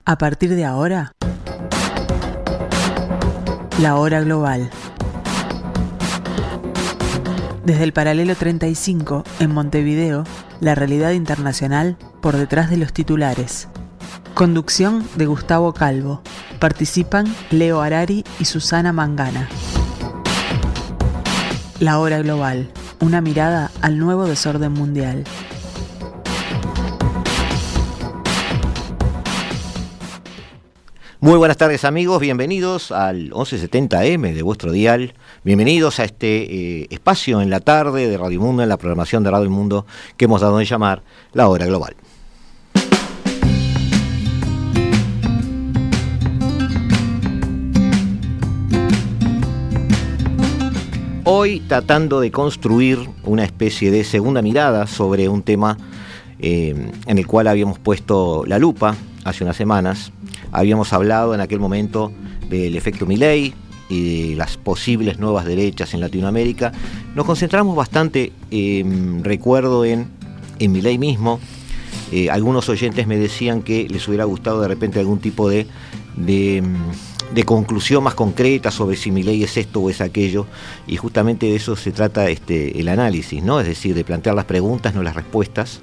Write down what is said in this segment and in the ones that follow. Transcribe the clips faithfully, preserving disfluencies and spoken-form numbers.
A partir de ahora, la hora global. Desde el paralelo treinta y cinco, en Montevideo, la realidad internacional por detrás de los titulares. Conducción de Gustavo Calvo. Participan Leo Harari y Susana Mangana. La hora global. Una mirada al nuevo desorden mundial. Muy buenas tardes, amigos, bienvenidos al once setenta eme de vuestro dial, bienvenidos a este eh, espacio en la tarde de Radio Mundo, en la programación de Radio Mundo que hemos dado en llamar La Hora Global. Hoy tratando de construir una especie de segunda mirada sobre un tema eh, en el cual habíamos puesto la lupa hace unas semanas. Habíamos hablado en aquel momento del efecto Milei y de las posibles nuevas derechas en Latinoamérica. Nos concentramos bastante, eh, recuerdo, en, en Milei mismo. Eh, algunos oyentes me decían que les hubiera gustado de repente algún tipo de, de, de conclusión más concreta sobre si Milei es esto o es aquello. Y justamente de eso se trata este, el análisis, ¿no? Es decir, de plantear las preguntas, no las respuestas,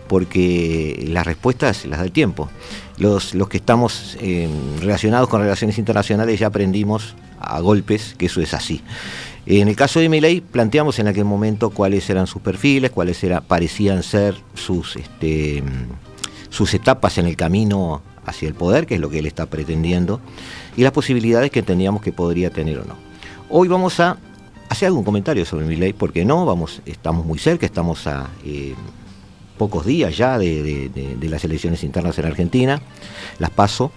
porque las respuestas las da el tiempo. Los, los que estamos eh, relacionados con relaciones internacionales ya aprendimos a golpes que eso es así. En el caso de Milei planteamos en aquel momento cuáles eran sus perfiles, cuáles era, parecían ser sus, este, sus etapas en el camino hacia el poder, que es lo que él está pretendiendo, y las posibilidades que entendíamos que podría tener o no. Hoy vamos a hacer algún comentario sobre Milei, porque no, vamos, estamos muy cerca, estamos a... Eh, pocos días ya de, de, de, de las elecciones internas en Argentina, las PASO,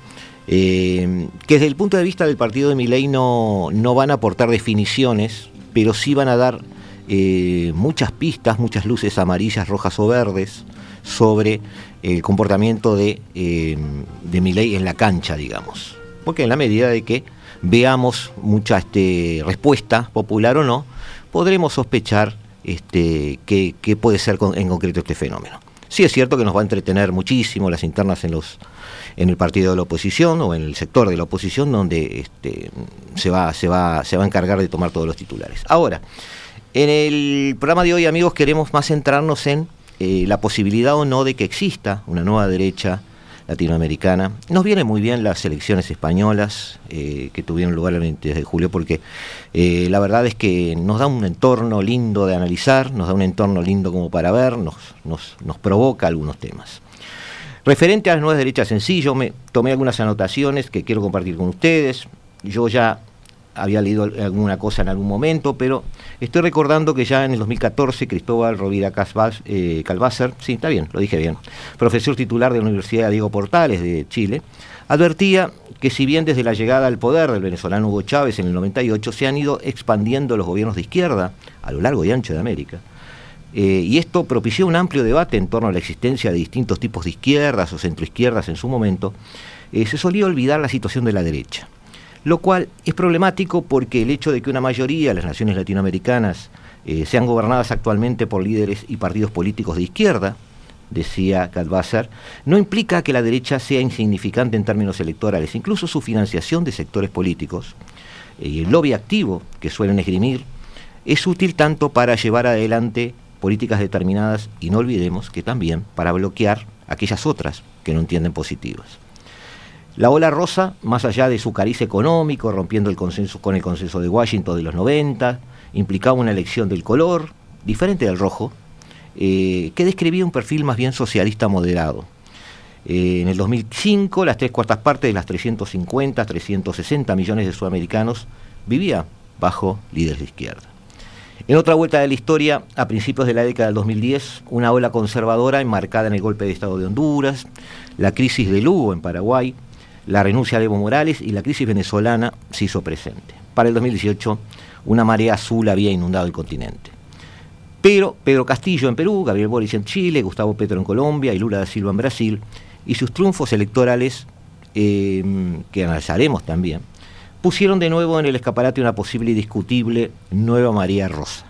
eh, que desde el punto de vista del partido de Milei no, no van a aportar definiciones, pero sí van a dar eh, muchas pistas, muchas luces amarillas, rojas o verdes sobre el comportamiento de, eh, de Milei en la cancha, digamos. Porque en la medida de que veamos mucha este, respuesta popular o no, podremos sospechar Este, qué, qué puede ser con, en concreto este fenómeno. Sí es cierto que nos va a entretener muchísimo las internas en los en el partido de la oposición o en el sector de la oposición, donde este, se va se va se va a encargar de tomar todos los titulares. Ahora, en el programa de hoy, amigos, queremos más centrarnos en eh, la posibilidad o no de que exista una nueva derecha latinoamericana. Nos vienen muy bien las elecciones españolas eh, que tuvieron lugar el veintidós de julio, porque eh, la verdad es que nos da un entorno lindo de analizar, nos da un entorno lindo como para ver, nos, nos, nos provoca algunos temas. Referente a las nuevas derechas en sí, yo me tomé algunas anotaciones que quiero compartir con ustedes. Yo ya había leído alguna cosa en algún momento, pero estoy recordando que ya en el dos mil catorce Cristóbal Rovira Calvácer, sí, está bien, lo dije bien, profesor titular de la Universidad Diego Portales de Chile, advertía que si bien desde la llegada al poder del venezolano Hugo Chávez en el noventa y ocho se han ido expandiendo los gobiernos de izquierda a lo largo y ancho de América, eh, y esto propició un amplio debate en torno a la existencia de distintos tipos de izquierdas o centroizquierdas en su momento, eh, se solía olvidar la situación de la derecha. Lo cual es problemático porque el hecho de que una mayoría de las naciones latinoamericanas eh, sean gobernadas actualmente por líderes y partidos políticos de izquierda, decía Calvácer, no implica que la derecha sea insignificante en términos electorales. Incluso su financiación de sectores políticos eh, y el lobby activo que suelen esgrimir es útil tanto para llevar adelante políticas determinadas y no olvidemos que también para bloquear aquellas otras que no entienden positivas. La ola rosa, más allá de su cariz económico, rompiendo el consenso con el consenso de Washington de los noventa, implicaba una elección del color, diferente del rojo, eh, que describía un perfil más bien socialista moderado. Eh, en el dos mil cinco, las tres cuartas partes de las trescientos cincuenta, trescientos sesenta millones de sudamericanos vivían bajo líderes de izquierda. En otra vuelta de la historia, a principios de la década del dos mil diez, una ola conservadora enmarcada en el golpe de Estado de Honduras, la crisis de Lugo en Paraguay, la renuncia de Evo Morales y la crisis venezolana se hizo presente. Para el dos mil dieciocho, una marea azul había inundado el continente. Pero Pedro Castillo en Perú, Gabriel Boric en Chile, Gustavo Petro en Colombia y Lula da Silva en Brasil, y sus triunfos electorales, eh, que analizaremos también, pusieron de nuevo en el escaparate una posible y discutible nueva marea rosa.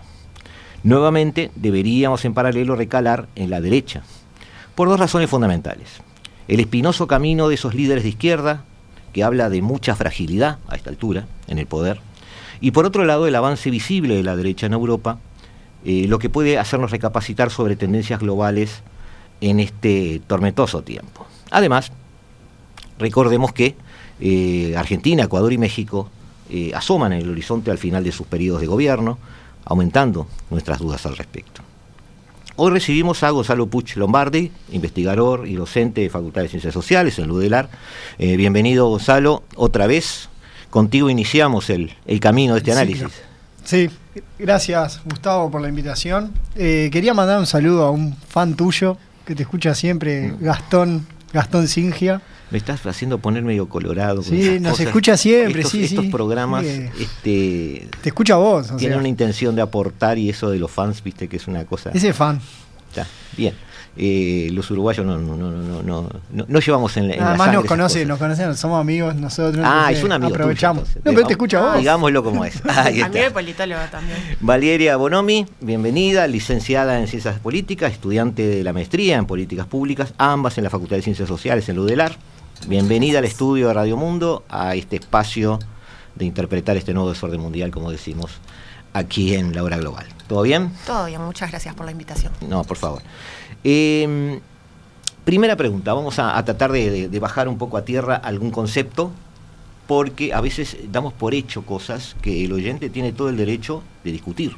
Nuevamente deberíamos en paralelo recalar en la derecha, por dos razones fundamentales. El espinoso camino de esos líderes de izquierda, que habla de mucha fragilidad a esta altura en el poder, y por otro lado el avance visible de la derecha en Europa, eh, lo que puede hacernos recapacitar sobre tendencias globales en este tormentoso tiempo. Además, recordemos que eh, Argentina, Ecuador y México eh, asoman en el horizonte al final de sus periodos de gobierno, aumentando nuestras dudas al respecto. Hoy recibimos a Gonzalo Puch Lombardi, investigador y docente de Facultad de Ciencias Sociales en Ludelar. Eh, bienvenido, Gonzalo, otra vez. Contigo iniciamos el, el camino de este análisis. Sí, gracias, Gustavo, por la invitación. Eh, quería mandar un saludo a un fan tuyo que te escucha siempre, mm. Gastón, Gastón Singia. Me estás haciendo poner medio colorado. Sí, nos cosas. escucha siempre, estos, sí, estos sí. programas sí. Este, te escucha vos. O tienen sea. una intención de aportar, y eso de los fans, viste que es una cosa... Ese fan. Ya, bien. Eh, los uruguayos no, no, no, no, no, no, no llevamos en, en Además nos conocen, nos conocen, somos amigos nosotros. Ah, es un amigo aprovechamos. Tuyo, no, pero te escucha vos. Digámoslo como es. Ahí está. Amigo de politóloga también. Valeria Bonomi, bienvenida, licenciada en Ciencias Políticas, estudiante de la maestría en Políticas Públicas, ambas en la Facultad de Ciencias Sociales en Ludelar. Bienvenida al estudio de Radio Mundo, a este espacio de interpretar este nuevo desorden mundial, como decimos, aquí en La Hora Global. ¿Todo bien? Todo bien, muchas gracias por la invitación. No, por favor. Eh, primera pregunta, vamos a, a tratar de, de, de bajar un poco a tierra algún concepto, porque a veces damos por hecho cosas que el oyente tiene todo el derecho de discutir.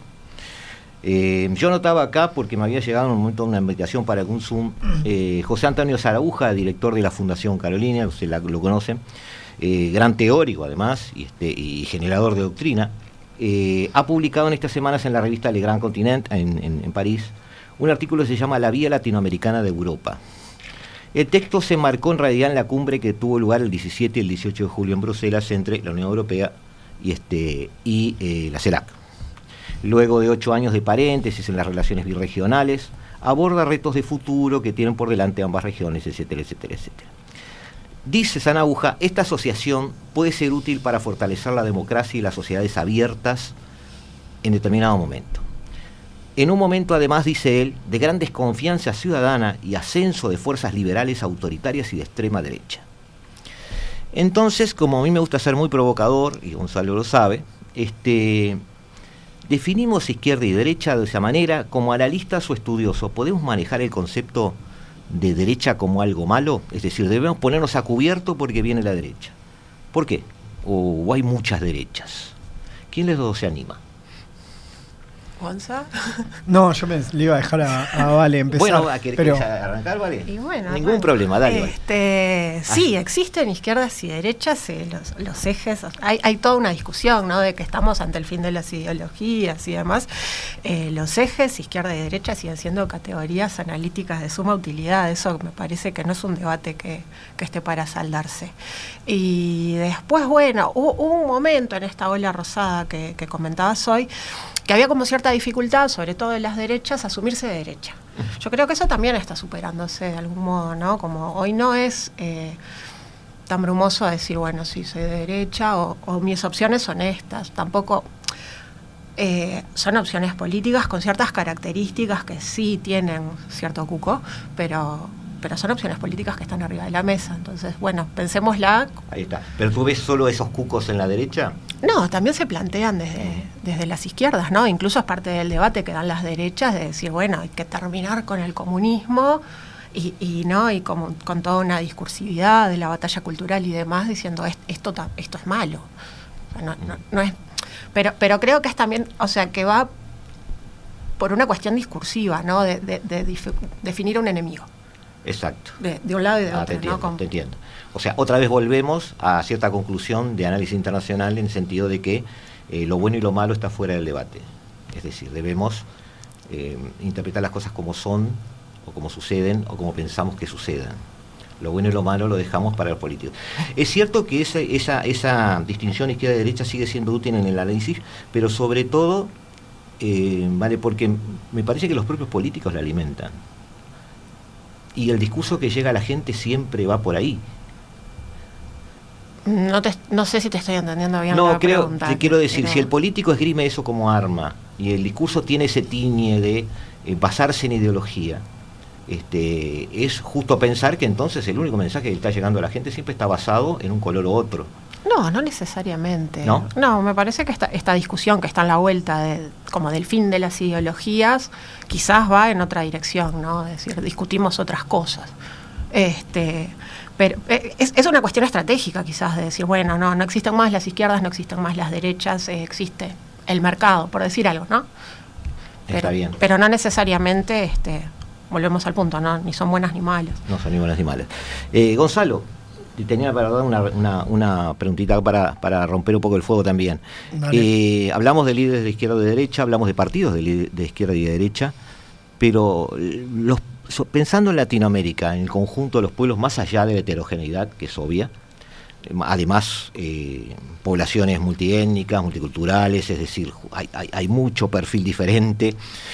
Eh, yo notaba acá, porque me había llegado en un momento una invitación para algún Zoom, eh, José Antonio Zarabuja, director de la Fundación Carolina, usted la, lo conoce, eh, gran teórico además, y, este, y generador de doctrina, eh, ha publicado en estas semanas en la revista Le Grand Continent, en, en, en París, un artículo que se llama La Vía Latinoamericana de Europa. El texto se marcó en realidad en la cumbre que tuvo lugar el diecisiete y el dieciocho de julio en Bruselas entre la Unión Europea y, este, y eh, la CELAC. Luego de ocho años de paréntesis en las relaciones birregionales, aborda retos de futuro que tienen por delante ambas regiones, etcétera, etcétera, etcétera. Dice Zarabuja, esta asociación puede ser útil para fortalecer la democracia y las sociedades abiertas en determinado momento. En un momento, además, dice él, de gran desconfianza ciudadana y ascenso de fuerzas liberales autoritarias y de extrema derecha. Entonces, como a mí me gusta ser muy provocador, y Gonzalo lo sabe, este, definimos izquierda y derecha de esa manera. Como analistas o estudiosos, ¿podemos manejar el concepto de derecha como algo malo? Es decir, debemos ponernos a cubierto porque viene la derecha. ¿Por qué? O, o hay muchas derechas. ¿Quién de los dos se anima? ¿Gonza? No, yo me le iba a dejar a, a Vale empezar. Bueno, ¿a querés pero... arrancar, Vale? Y bueno, Ningún bueno, problema, dale. Este, sí, existen izquierdas y derechas, eh, los, los ejes. Hay, hay toda una discusión, ¿no?, de que estamos ante el fin de las ideologías y demás. Eh, los ejes, izquierda y derecha, siguen siendo categorías analíticas de suma utilidad. Eso me parece que no es un debate que, que esté para saldarse. Y después, bueno, hubo, hubo un momento en esta ola rosada que, que comentabas hoy, que había como cierta dificultad, sobre todo en las derechas, asumirse de derecha. Yo creo que eso también está superándose de algún modo, ¿no? Como hoy no es eh, tan brumoso a decir, bueno, sí, soy de derecha, o, o mis opciones son estas. Tampoco eh, son opciones políticas con ciertas características que sí tienen cierto cuco, pero... pero son opciones políticas que están arriba de la mesa. Entonces, bueno, pensémosla. Ahí está. ¿Pero tú ves solo esos cucos en la derecha? No, también se plantean desde, desde las izquierdas, ¿no? Incluso es parte del debate que dan las derechas de decir, bueno, hay que terminar con el comunismo y, y no y como, con toda una discursividad de la batalla cultural y demás, diciendo esto, esto es malo. O sea, no, no, no es, pero, pero creo que es también, o sea, que va por una cuestión discursiva, ¿no? De, de, de, de definir un enemigo. Exacto. De, de un lado y de ah, otro. Te entiendo, ¿no? Como... te entiendo. O sea, otra vez volvemos a cierta conclusión de análisis internacional en el sentido de que eh, lo bueno y lo malo está fuera del debate. Es decir, debemos eh, interpretar las cosas como son, o como suceden, o como pensamos que sucedan. Lo bueno y lo malo lo dejamos para los políticos. Es cierto que esa, esa, esa distinción izquierda-derecha sigue siendo útil en el análisis, pero sobre todo, eh, vale, porque me parece que los propios políticos la alimentan. Y el discurso que llega a la gente siempre va por ahí. No, te, no sé si te estoy entendiendo bien. No, la creo, pregunta, te quiero decir, pero... si el político esgrime eso como arma y el discurso tiene ese tiñe de eh, basarse en ideología, este, es justo pensar que entonces el único mensaje que está llegando a la gente siempre está basado en un color u otro. No, no necesariamente. ¿No? No, me parece que esta, esta discusión que está en la vuelta de, como del fin de las ideologías, quizás va en otra dirección, ¿no? Es decir, discutimos otras cosas. Este, pero es, es una cuestión estratégica quizás de decir, bueno, no, no existen más las izquierdas, no existen más las derechas, eh, existe el mercado, por decir algo, ¿no? Pero, está bien. Pero no necesariamente, este, volvemos al punto, ¿no? Ni son buenas ni malas. No son ni buenas ni malas. Eh, Gonzalo, tenía para dar una, una, una preguntita para, para romper un poco el fuego también. Eh, hablamos de líderes de izquierda y de derecha, hablamos de partidos de, de izquierda y de derecha, pero los, pensando en Latinoamérica, en el conjunto de los pueblos, más allá de la heterogeneidad, que es obvia, además eh, poblaciones multiétnicas, multiculturales, es decir, hay, hay, hay mucho perfil diferente.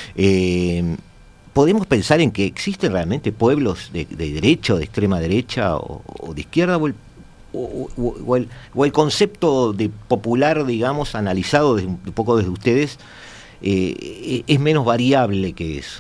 Eh, ¿Podemos pensar en que existen realmente pueblos de, de derecha o de extrema derecha o, o de izquierda? O el, o, o, o, el, o el concepto de popular, digamos, analizado desde, un poco desde ustedes, eh, es menos variable que eso?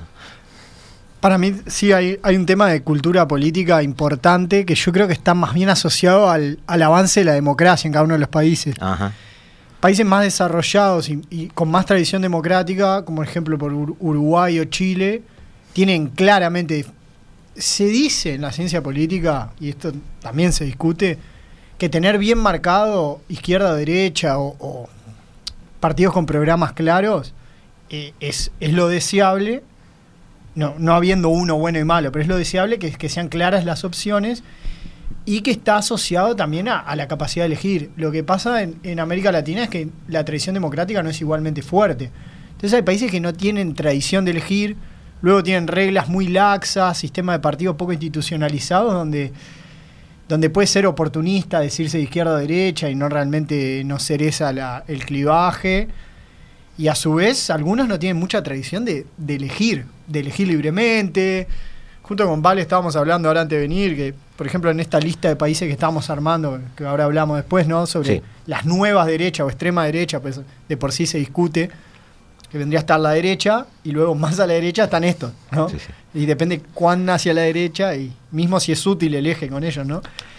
Para mí sí hay, hay un tema de cultura política importante que yo creo que está más bien asociado al, al avance de la democracia en cada uno de los países. Ajá. Países más desarrollados y, y con más tradición democrática, como por ejemplo por Uruguay o Chile, tienen claramente, se dice en la ciencia política, y esto también se discute, que tener bien marcado izquierda o derecha o, o partidos con programas claros eh, es, es lo deseable, no, no habiendo uno bueno y malo, pero es lo deseable que, que sean claras las opciones y que está asociado también a, a la capacidad de elegir. Lo que pasa en, en América Latina es que la tradición democrática no es igualmente fuerte. Entonces hay países que no tienen tradición de elegir. Luego tienen reglas muy laxas, sistema de partidos poco institucionalizados, donde, donde puede ser oportunista decirse de izquierda o derecha y no realmente no ser esa la, el clivaje. Y a su vez, algunos no tienen mucha tradición de, de elegir, de elegir libremente. Junto con Vale estábamos hablando ahora antes de venir, que por ejemplo en esta lista de países que estábamos armando, que ahora hablamos después, ¿no? Sobre sí. Las nuevas derechas o extrema derecha, pues de por sí se discute, que vendría a estar la derecha, y luego más a la derecha están estos, ¿no? Sí, sí. Y depende cuán hacia la derecha, y mismo si es útil el eje con ellos, ¿no?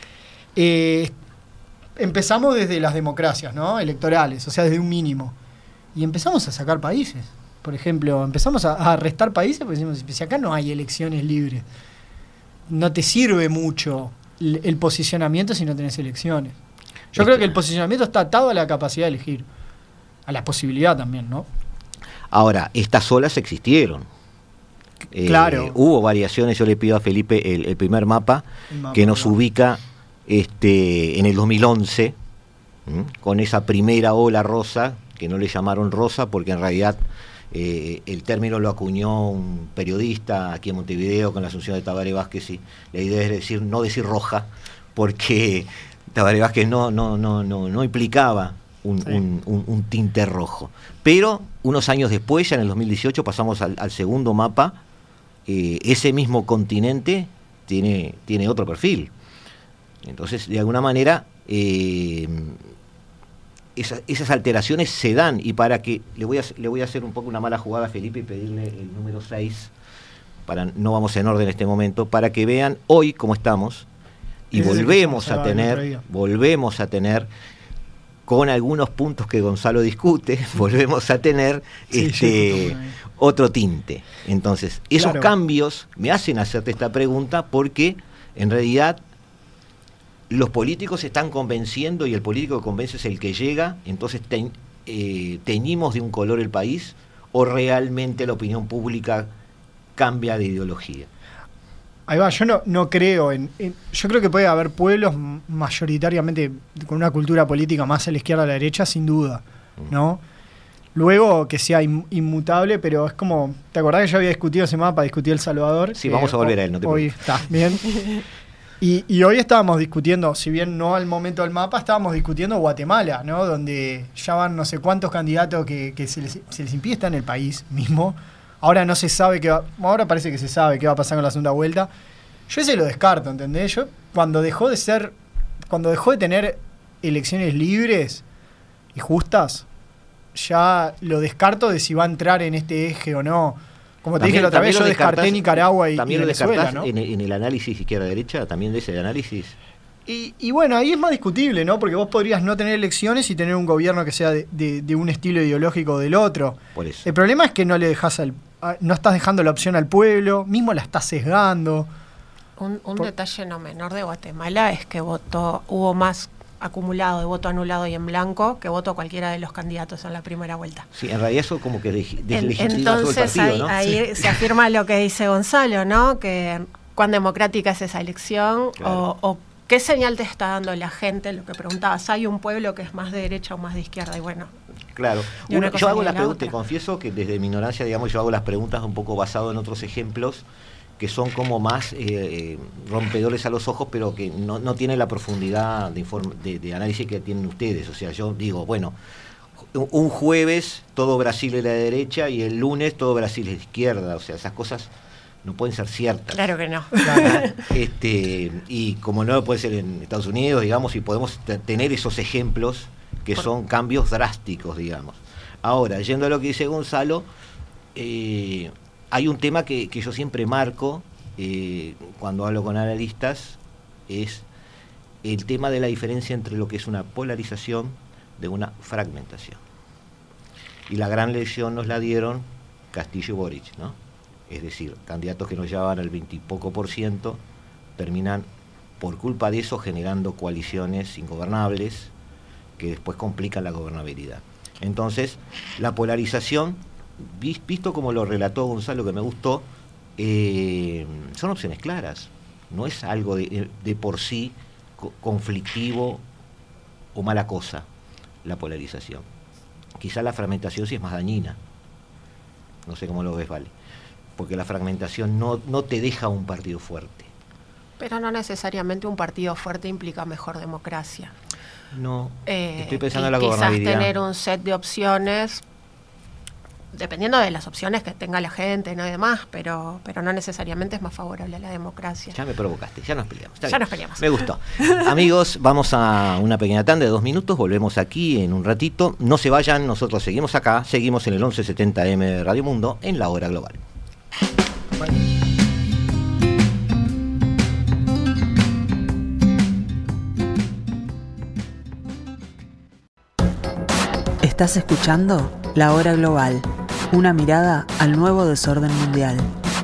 Eh, empezamos desde las democracias, ¿no? Electorales, o sea, desde un mínimo. Y empezamos a sacar países. Por ejemplo, empezamos a, a restar países, porque decimos, si acá no hay elecciones libres, no te sirve mucho el, el posicionamiento si no tenés elecciones. Yo este... creo que el posicionamiento está atado a la capacidad de elegir, a la posibilidad también, ¿no? Ahora, estas olas existieron. Claro. Eh, hubo variaciones, yo le pido a Felipe el, el primer mapa, el mapa que nos ¿no? ubica este, en el dos mil once, ¿m? Con esa primera ola rosa, que no le llamaron rosa porque en realidad eh, el término lo acuñó un periodista aquí en Montevideo con la asunción de Tabaré Vázquez, y la idea es decir, no decir roja, porque Tabaré Vázquez no, no, no, no, no implicaba Un, sí. un, un, un tinte rojo. Pero unos años después, ya en el dos mil dieciocho, pasamos al, al segundo mapa. Eh, ese mismo continente tiene, tiene otro perfil. Entonces, de alguna manera, eh, esa, esas alteraciones se dan. Y para que, le voy, a, le voy a hacer un poco una mala jugada a Felipe y pedirle el número seis, para, no vamos en orden en este momento, para que vean hoy cómo estamos. Y es volvemos a tener, volvemos a tener... con algunos puntos que Gonzalo discute, volvemos a tener sí, este sí, otro tinte. Entonces, esos claro. cambios me hacen hacerte esta pregunta porque, en realidad, los políticos se están convenciendo y el político que convence es el que llega, entonces te, eh, teñimos de un color el país, o realmente la opinión pública cambia de ideología. Ahí va, yo no, no creo en, en... Yo creo que puede haber pueblos mayoritariamente con una cultura política más a la izquierda o a la derecha, sin duda, ¿no? Luego que sea in, inmutable, pero es como... ¿Te acordás que yo había discutido ese mapa, discutí El Salvador? Sí, eh, vamos a volver a él, no te preocupes. Hoy está, bien. Y, y hoy estábamos discutiendo, si bien no al momento del mapa, estábamos discutiendo Guatemala, ¿no? Donde ya van no sé cuántos candidatos que, que se, les, se les impide estar en el país mismo. Ahora no se sabe qué va, ahora parece que se sabe qué va a pasar con la segunda vuelta. Yo ese lo descarto, ¿entendés? Yo cuando dejó de ser, cuando dejó de tener elecciones libres y justas, ya lo descarto de si va a entrar en este eje o no. Como te También- dije la otra vez, también yo lo descarté descartás- Nicaragua y, También y lo Venezuela, descartás ¿no? en, en el análisis izquierda-derecha, también de ese análisis. Y, y bueno, ahí es más discutible, ¿no? Porque vos podrías no tener elecciones y tener un gobierno que sea de, de- de un estilo ideológico o del otro. Por eso. El problema es que no le dejas al, a- no estás dejando la opción al pueblo, mismo la estás sesgando. Un, un Por- detalle no menor de Guatemala es que votó, hubo más acumulado de voto anulado y en blanco que voto a cualquiera de los candidatos en la primera vuelta. Sí, en realidad eso como que de- En- deslegitima todo el Entonces partido, ahí, ¿no? ahí se afirma lo que dice Gonzalo, ¿no? Que cuán democrática es esa elección Claro. o, o qué señal te está dando la gente, lo que preguntabas, ¿hay un pueblo que es más de derecha o más de izquierda? Y bueno, Claro. Y una Uno- cosa yo hago ni las la preguntas, te otra. confieso que desde mi ignorancia, digamos, yo hago las preguntas un poco basado en otros ejemplos que son como más eh, eh, rompedores a los ojos, pero que no, no tienen la profundidad de, inform- de, de análisis que tienen ustedes. O sea, yo digo, bueno, un un jueves todo Brasil es la derecha y el lunes todo Brasil es de izquierda. O sea, esas cosas no pueden ser ciertas. claro que no. Este, y como no puede ser en Estados Unidos, digamos, y podemos te- tener esos ejemplos que son cambios drásticos, digamos. Ahora, yendo a lo que dice Gonzalo, eh, hay un tema que, que yo siempre marco eh, cuando hablo con analistas, es el tema de la diferencia entre lo que es una polarización de una fragmentación. Y la gran lección nos la dieron Castillo y Boric, ¿no? Es decir, candidatos que nos llevaban al veintipoco por ciento terminan por culpa de eso generando coaliciones ingobernables que después complican la gobernabilidad. Entonces, la polarización, vis- visto como lo relató Gonzalo, que me gustó, eh, son opciones claras. No es algo de, de por sí co- conflictivo o mala cosa, la polarización. Quizá la fragmentación sí es más dañina. No sé cómo lo ves, Vale. Porque la fragmentación no, no te deja un partido fuerte. Pero no necesariamente un partido fuerte implica mejor democracia. No, Eh, estoy pensando y en la quizás gobernabilidad. tener un set de opciones, dependiendo de las opciones que tenga la gente, ¿no? Y demás, pero, pero no necesariamente es más favorable a la democracia. Ya me provocaste, ya nos peleamos. Está Ya bien. nos peleamos. Me gustó. Amigos, vamos a una pequeña tanda de dos minutos, volvemos aquí en un ratito. No se vayan, nosotros seguimos acá, seguimos en el once setenta eme de Radio Mundo, en la hora global. Estás escuchando La Hora Global, una mirada al nuevo desorden mundial.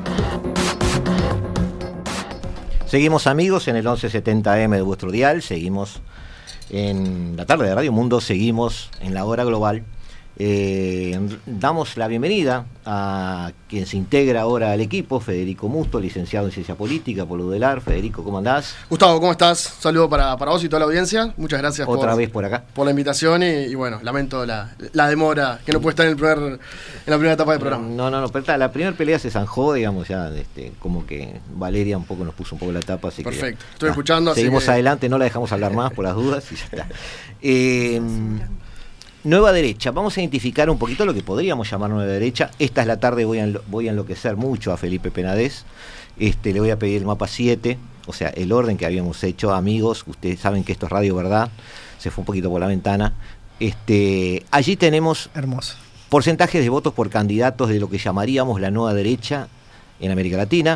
Seguimos, amigos, en el once setenta eme de vuestro dial, seguimos en la tarde de Radio Mundo, seguimos en la hora global. Eh, damos la bienvenida a quien se integra ahora al equipo, Federico Musto, licenciado en Ciencia Política por UDELAR. Federico, ¿cómo andás? Gustavo, ¿cómo estás? Saludo para, para vos y toda la audiencia. Muchas gracias Otra por, vez por acá. por la invitación y, y bueno, lamento la, la demora que no puede estar en, el primer, en la primera etapa del programa. No, no, no, pero está, la primera pelea se zanjó, digamos, ya este, como que Valeria un poco nos puso un poco la tapa. Así Perfecto, que, estoy ah, escuchando, así Seguimos que- adelante, no la dejamos hablar más por las dudas y ya está. Eh, Nueva derecha, vamos a identificar un poquito lo que podríamos llamar nueva derecha. Esta es la tarde, voy a, enlo- voy a enloquecer mucho a Felipe Penades. Este, le voy a pedir el mapa siete, o sea, el orden que habíamos hecho. Amigos, ustedes saben que esto es Radio Verdad, se fue un poquito por la ventana. Este, allí tenemos Hermoso. porcentajes de votos por candidatos de lo que llamaríamos la nueva derecha en América Latina.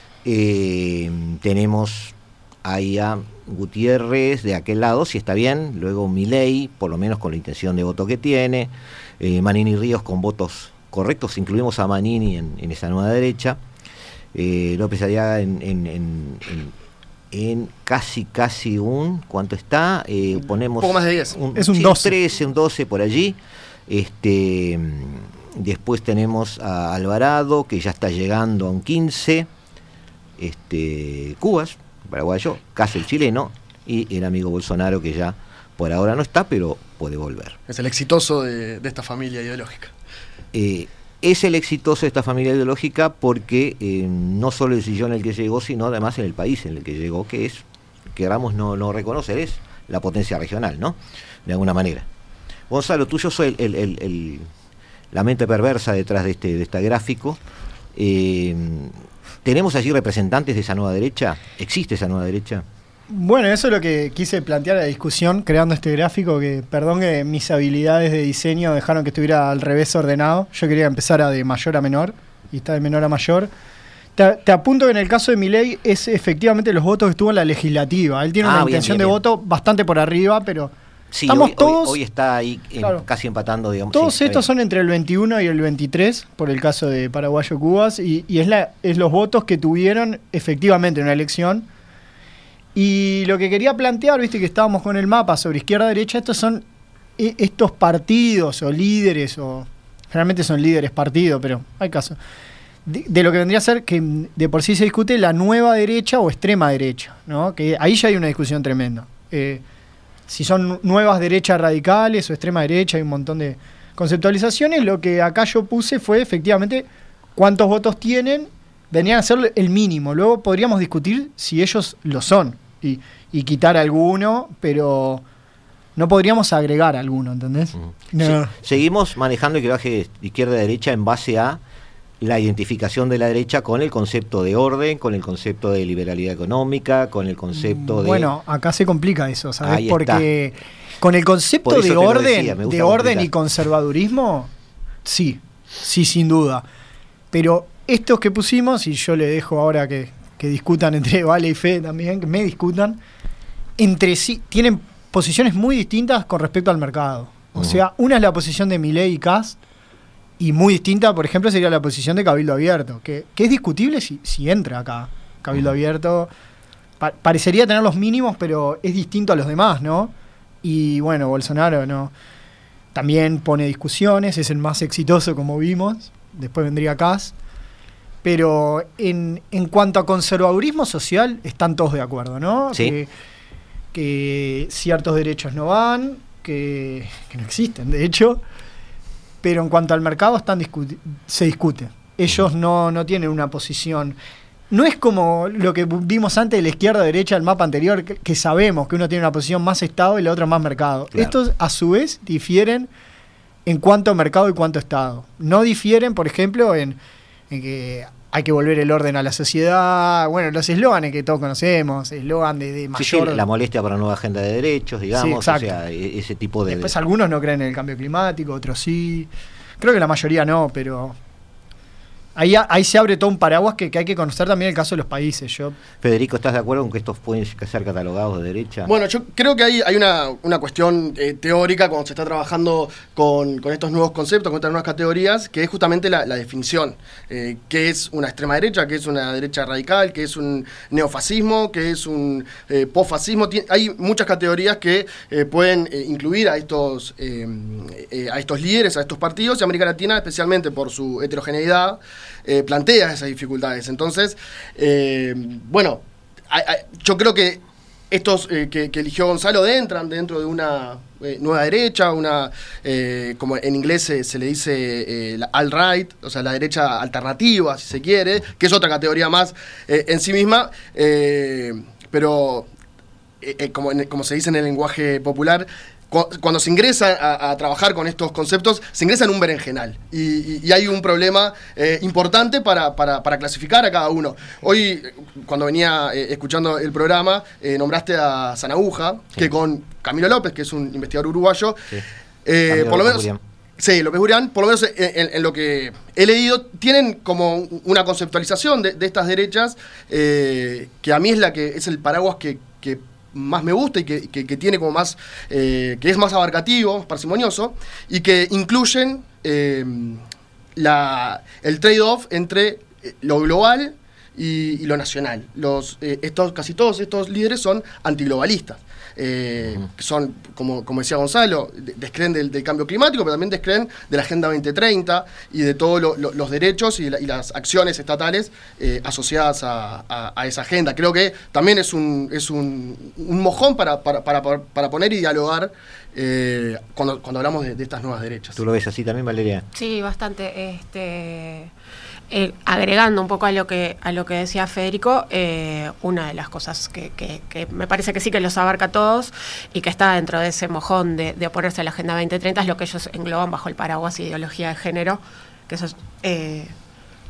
Eh, tenemos ahí a Gutiérrez de aquel lado, si está bien, luego Milei, por lo menos con la intención de voto que tiene, eh, Manini Ríos con votos correctos, incluimos a Manini en, en esa nueva derecha, eh, López Aliaga en, en, en, en, en casi, casi un, ¿cuánto está? Eh, ponemos poco más de diez. Es un sí, doce. trece, un doce por allí. Este, después tenemos a Alvarado, que ya está llegando a un quince, este, Cubas, paraguayo, casi el chileno, y el amigo Bolsonaro, que ya por ahora no está, pero puede volver. Es el exitoso de, de esta familia ideológica. Eh, es el exitoso de esta familia ideológica porque eh, no solo el sillón en el que llegó, sino además en el país en el que llegó, que es, queramos no, no reconocer, es la potencia regional, ¿no? De alguna manera. Gonzalo, tú yo soy el, el, el, el, la mente perversa detrás de este, de este gráfico. Eh, ¿Tenemos allí representantes de esa nueva derecha? ¿Existe esa nueva derecha? Bueno, eso es lo que quise plantear a la discusión creando este gráfico, que perdón que mis habilidades de diseño dejaron que estuviera al revés ordenado. Yo quería empezar a de mayor a menor. y está de menor a mayor. Te, te apunto que en el caso de Milei es efectivamente los votos que estuvo en la legislativa. Él tiene Ah, una bien, intención bien, de bien. voto bastante por arriba, pero Sí, estamos hoy, todos... hoy, hoy está ahí en- Claro. casi empatando, digamos. Todos sí, está estos bien. son entre el veintiuno y el veintitrés, por el caso de Paraguayo Cubas, y, y es, la, es los votos que tuvieron efectivamente en una elección. Y lo que quería plantear, viste que estábamos con el mapa sobre izquierda-derecha, estos son e- estos partidos o líderes, o generalmente son líderes partidos, pero hay casos, de, de lo que vendría a ser que de por sí se discute la nueva derecha o extrema derecha, ¿no? Que ahí ya hay una discusión tremenda. Eh, si son nuevas derechas radicales o extrema derecha, hay un montón de conceptualizaciones. Lo que acá yo puse fue efectivamente cuántos votos tienen, venían a ser el mínimo. Luego podríamos discutir si ellos lo son y, y quitar alguno, pero no podríamos agregar alguno, ¿entendés? Ujú. No. Se- seguimos manejando el clivaje de izquierda a derecha en base a la identificación de la derecha con el concepto de orden, con el concepto de liberalidad económica, con el concepto de... Bueno, acá se complica eso, ¿sabes? Ahí Porque con el concepto Por eso de te lo orden, decía, me gusta de orden complicar. y conservadurismo, sí, sí, sin duda. Pero estos que pusimos, y yo le dejo ahora que, que discutan entre Vale y Fe también, que me discutan, entre sí, tienen posiciones muy distintas con respecto al mercado. O Ujú. sea, una es la posición de Milei y Kast, y muy distinta, por ejemplo, sería la posición de Cabildo Abierto, que, que es discutible si, si entra acá. Cabildo Ujú. Abierto pa- parecería tener los mínimos, pero es distinto a los demás, ¿no? Y bueno, Bolsonaro no también pone discusiones, es el más exitoso, como vimos. Después vendría Kast. Pero en, en cuanto a conservadurismo social, están todos de acuerdo, ¿no? Sí. Que, que ciertos derechos no van, que, que no existen, de hecho. Pero en cuanto al mercado están discuti- se discute. Ellos no, no tienen una posición. No es como lo que vimos antes de la izquierda-derecha, el mapa anterior, que, que sabemos que uno tiene una posición más Estado y la otra más mercado. Claro. Estos, a su vez, difieren en cuanto a mercado y cuanto a Estado. No difieren, por ejemplo, en, en que hay que volver el orden a la sociedad. Bueno, los eslóganes que todos conocemos, eslogan de, de Sí, mayor... sí, la molestia para una nueva agenda de derechos, digamos, o exacto. sea, e- ese tipo de... Después algunos no creen en el cambio climático, otros sí. Creo que la mayoría no, pero ahí, ahí se abre todo un paraguas que, que hay que conocer también el caso de los países. Yo Federico, ¿estás de acuerdo con que estos pueden ser catalogados de derecha? Bueno, yo creo que hay, hay una, una cuestión eh, teórica cuando se está trabajando con, con estos nuevos conceptos, con estas nuevas categorías, que es justamente la, la definición. Eh, ¿Qué es una extrema derecha? ¿Qué es una derecha radical? ¿Qué es un neofascismo? ¿Qué es un eh, posfascismo? Tien- hay muchas categorías que eh, pueden eh, incluir a estos, eh, eh, a estos líderes, a estos partidos, y América Latina, especialmente por su heterogeneidad, eh, plantea esas dificultades. Entonces, eh, bueno, hay- hay- yo creo que estos eh, que, que eligió Gonzalo entran dentro de una eh, nueva derecha, una eh, como en inglés se, se le dice eh, la alt-right, o sea, la derecha alternativa, si se quiere, que es otra categoría más eh, en sí misma, eh, pero eh, eh, como, en- como se dice en el lenguaje popular, cu- cuando se ingresa a, a trabajar con estos conceptos, se ingresa en un berenjenal. Y, y- y hay un problema eh, importante para, para- para clasificar a cada uno. Hoy, eh, cuando venía eh, escuchando el programa, eh, nombraste a Sanaguja, Sí. que con Camilo López, que es un investigador uruguayo, Sí. eh, Camilo por lo López menos... Burián. Sí, López Burián, por lo menos en, en- en lo que he leído, tienen como una conceptualización de, de estas derechas eh, que a mí es la que es el paraguas que, que más me gusta y que, que- que tiene como más, eh, que es más abarcativo, parsimonioso, y que incluyen eh, la, el trade-off entre eh, lo global y, y lo nacional. Los, eh, estos, casi todos estos líderes son antiglobalistas. Eh, Ujú. que son, como, como decía Gonzalo, de- descreen del, del cambio climático, pero también descreen de la Agenda veinte treinta y de todos lo- lo- los derechos y, la- y las acciones estatales eh, asociadas a, a- a esa agenda. Creo que también es un, es un, un mojón para, para, para, para poner y dialogar eh, cuando, cuando hablamos de, de estas nuevas derechas. ¿Tú lo ves así también, Valeria? Sí, bastante. Este, eh, agregando un poco a lo que a lo que decía Federico, eh, una de las cosas que, que- que me parece que sí que los abarca a todos y que está dentro de ese mojón de, de oponerse a la Agenda veinte treinta es lo que ellos engloban bajo el paraguas ideología de género, que eso es, eh,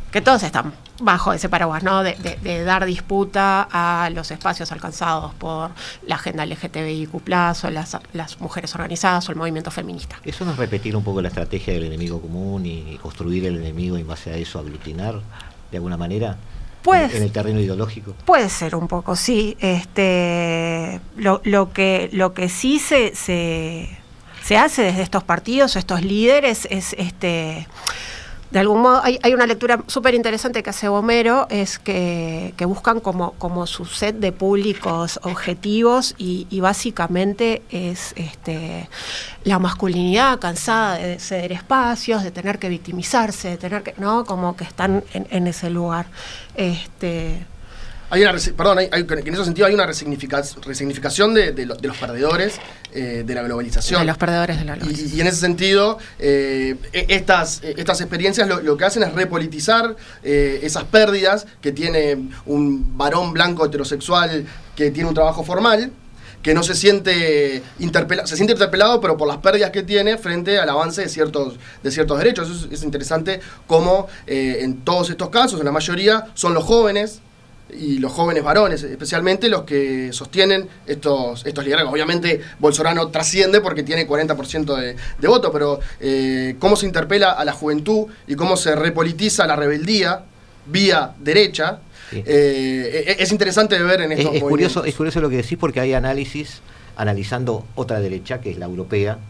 que todos están bajo ese paraguas, ¿no? De, de, de dar disputa a los espacios alcanzados por la agenda L G T B I Q plus, o las, las mujeres organizadas o el movimiento feminista. ¿Eso no es repetir un poco la estrategia del enemigo común y, y construir el enemigo y en base a eso aglutinar de alguna manera pues, en, en el terreno ideológico? Puede ser un poco, sí. Este, lo, lo, que, lo que sí se, se, se hace desde estos partidos, estos líderes, es... este de algún modo, hay, hay una lectura súper interesante que hace Homero, es que, que buscan como, como su set de públicos objetivos y, y básicamente es este, la masculinidad cansada de ceder espacios, de tener que victimizarse, de tener que, ¿no? Como que están en, en ese lugar. Este... Hay una, perdón, hay, hay, en ese sentido hay una resignifica, resignificación de, de, lo, de los perdedores eh, de la globalización. De los perdedores de la globalización. Y, y en ese sentido, eh, estas, estas experiencias lo, lo que hacen es repolitizar eh, esas pérdidas que tiene un varón blanco heterosexual que tiene un trabajo formal, que no se siente interpelado, se siente interpelado, pero por las pérdidas que tiene frente al avance de ciertos, de ciertos derechos. Eso es, es interesante cómo eh, en todos estos casos, en la mayoría, son los jóvenes, y los jóvenes varones, especialmente los que sostienen estos, estos liderazgos. Obviamente Bolsonaro trasciende porque tiene cuarenta por ciento de, de voto, pero eh, cómo se interpela a la juventud y cómo se repolitiza la rebeldía vía derecha, sí. eh, es interesante de ver en estos es, es curioso, movimientos. Es curioso lo que decís, porque hay análisis analizando otra derecha, que es la europea,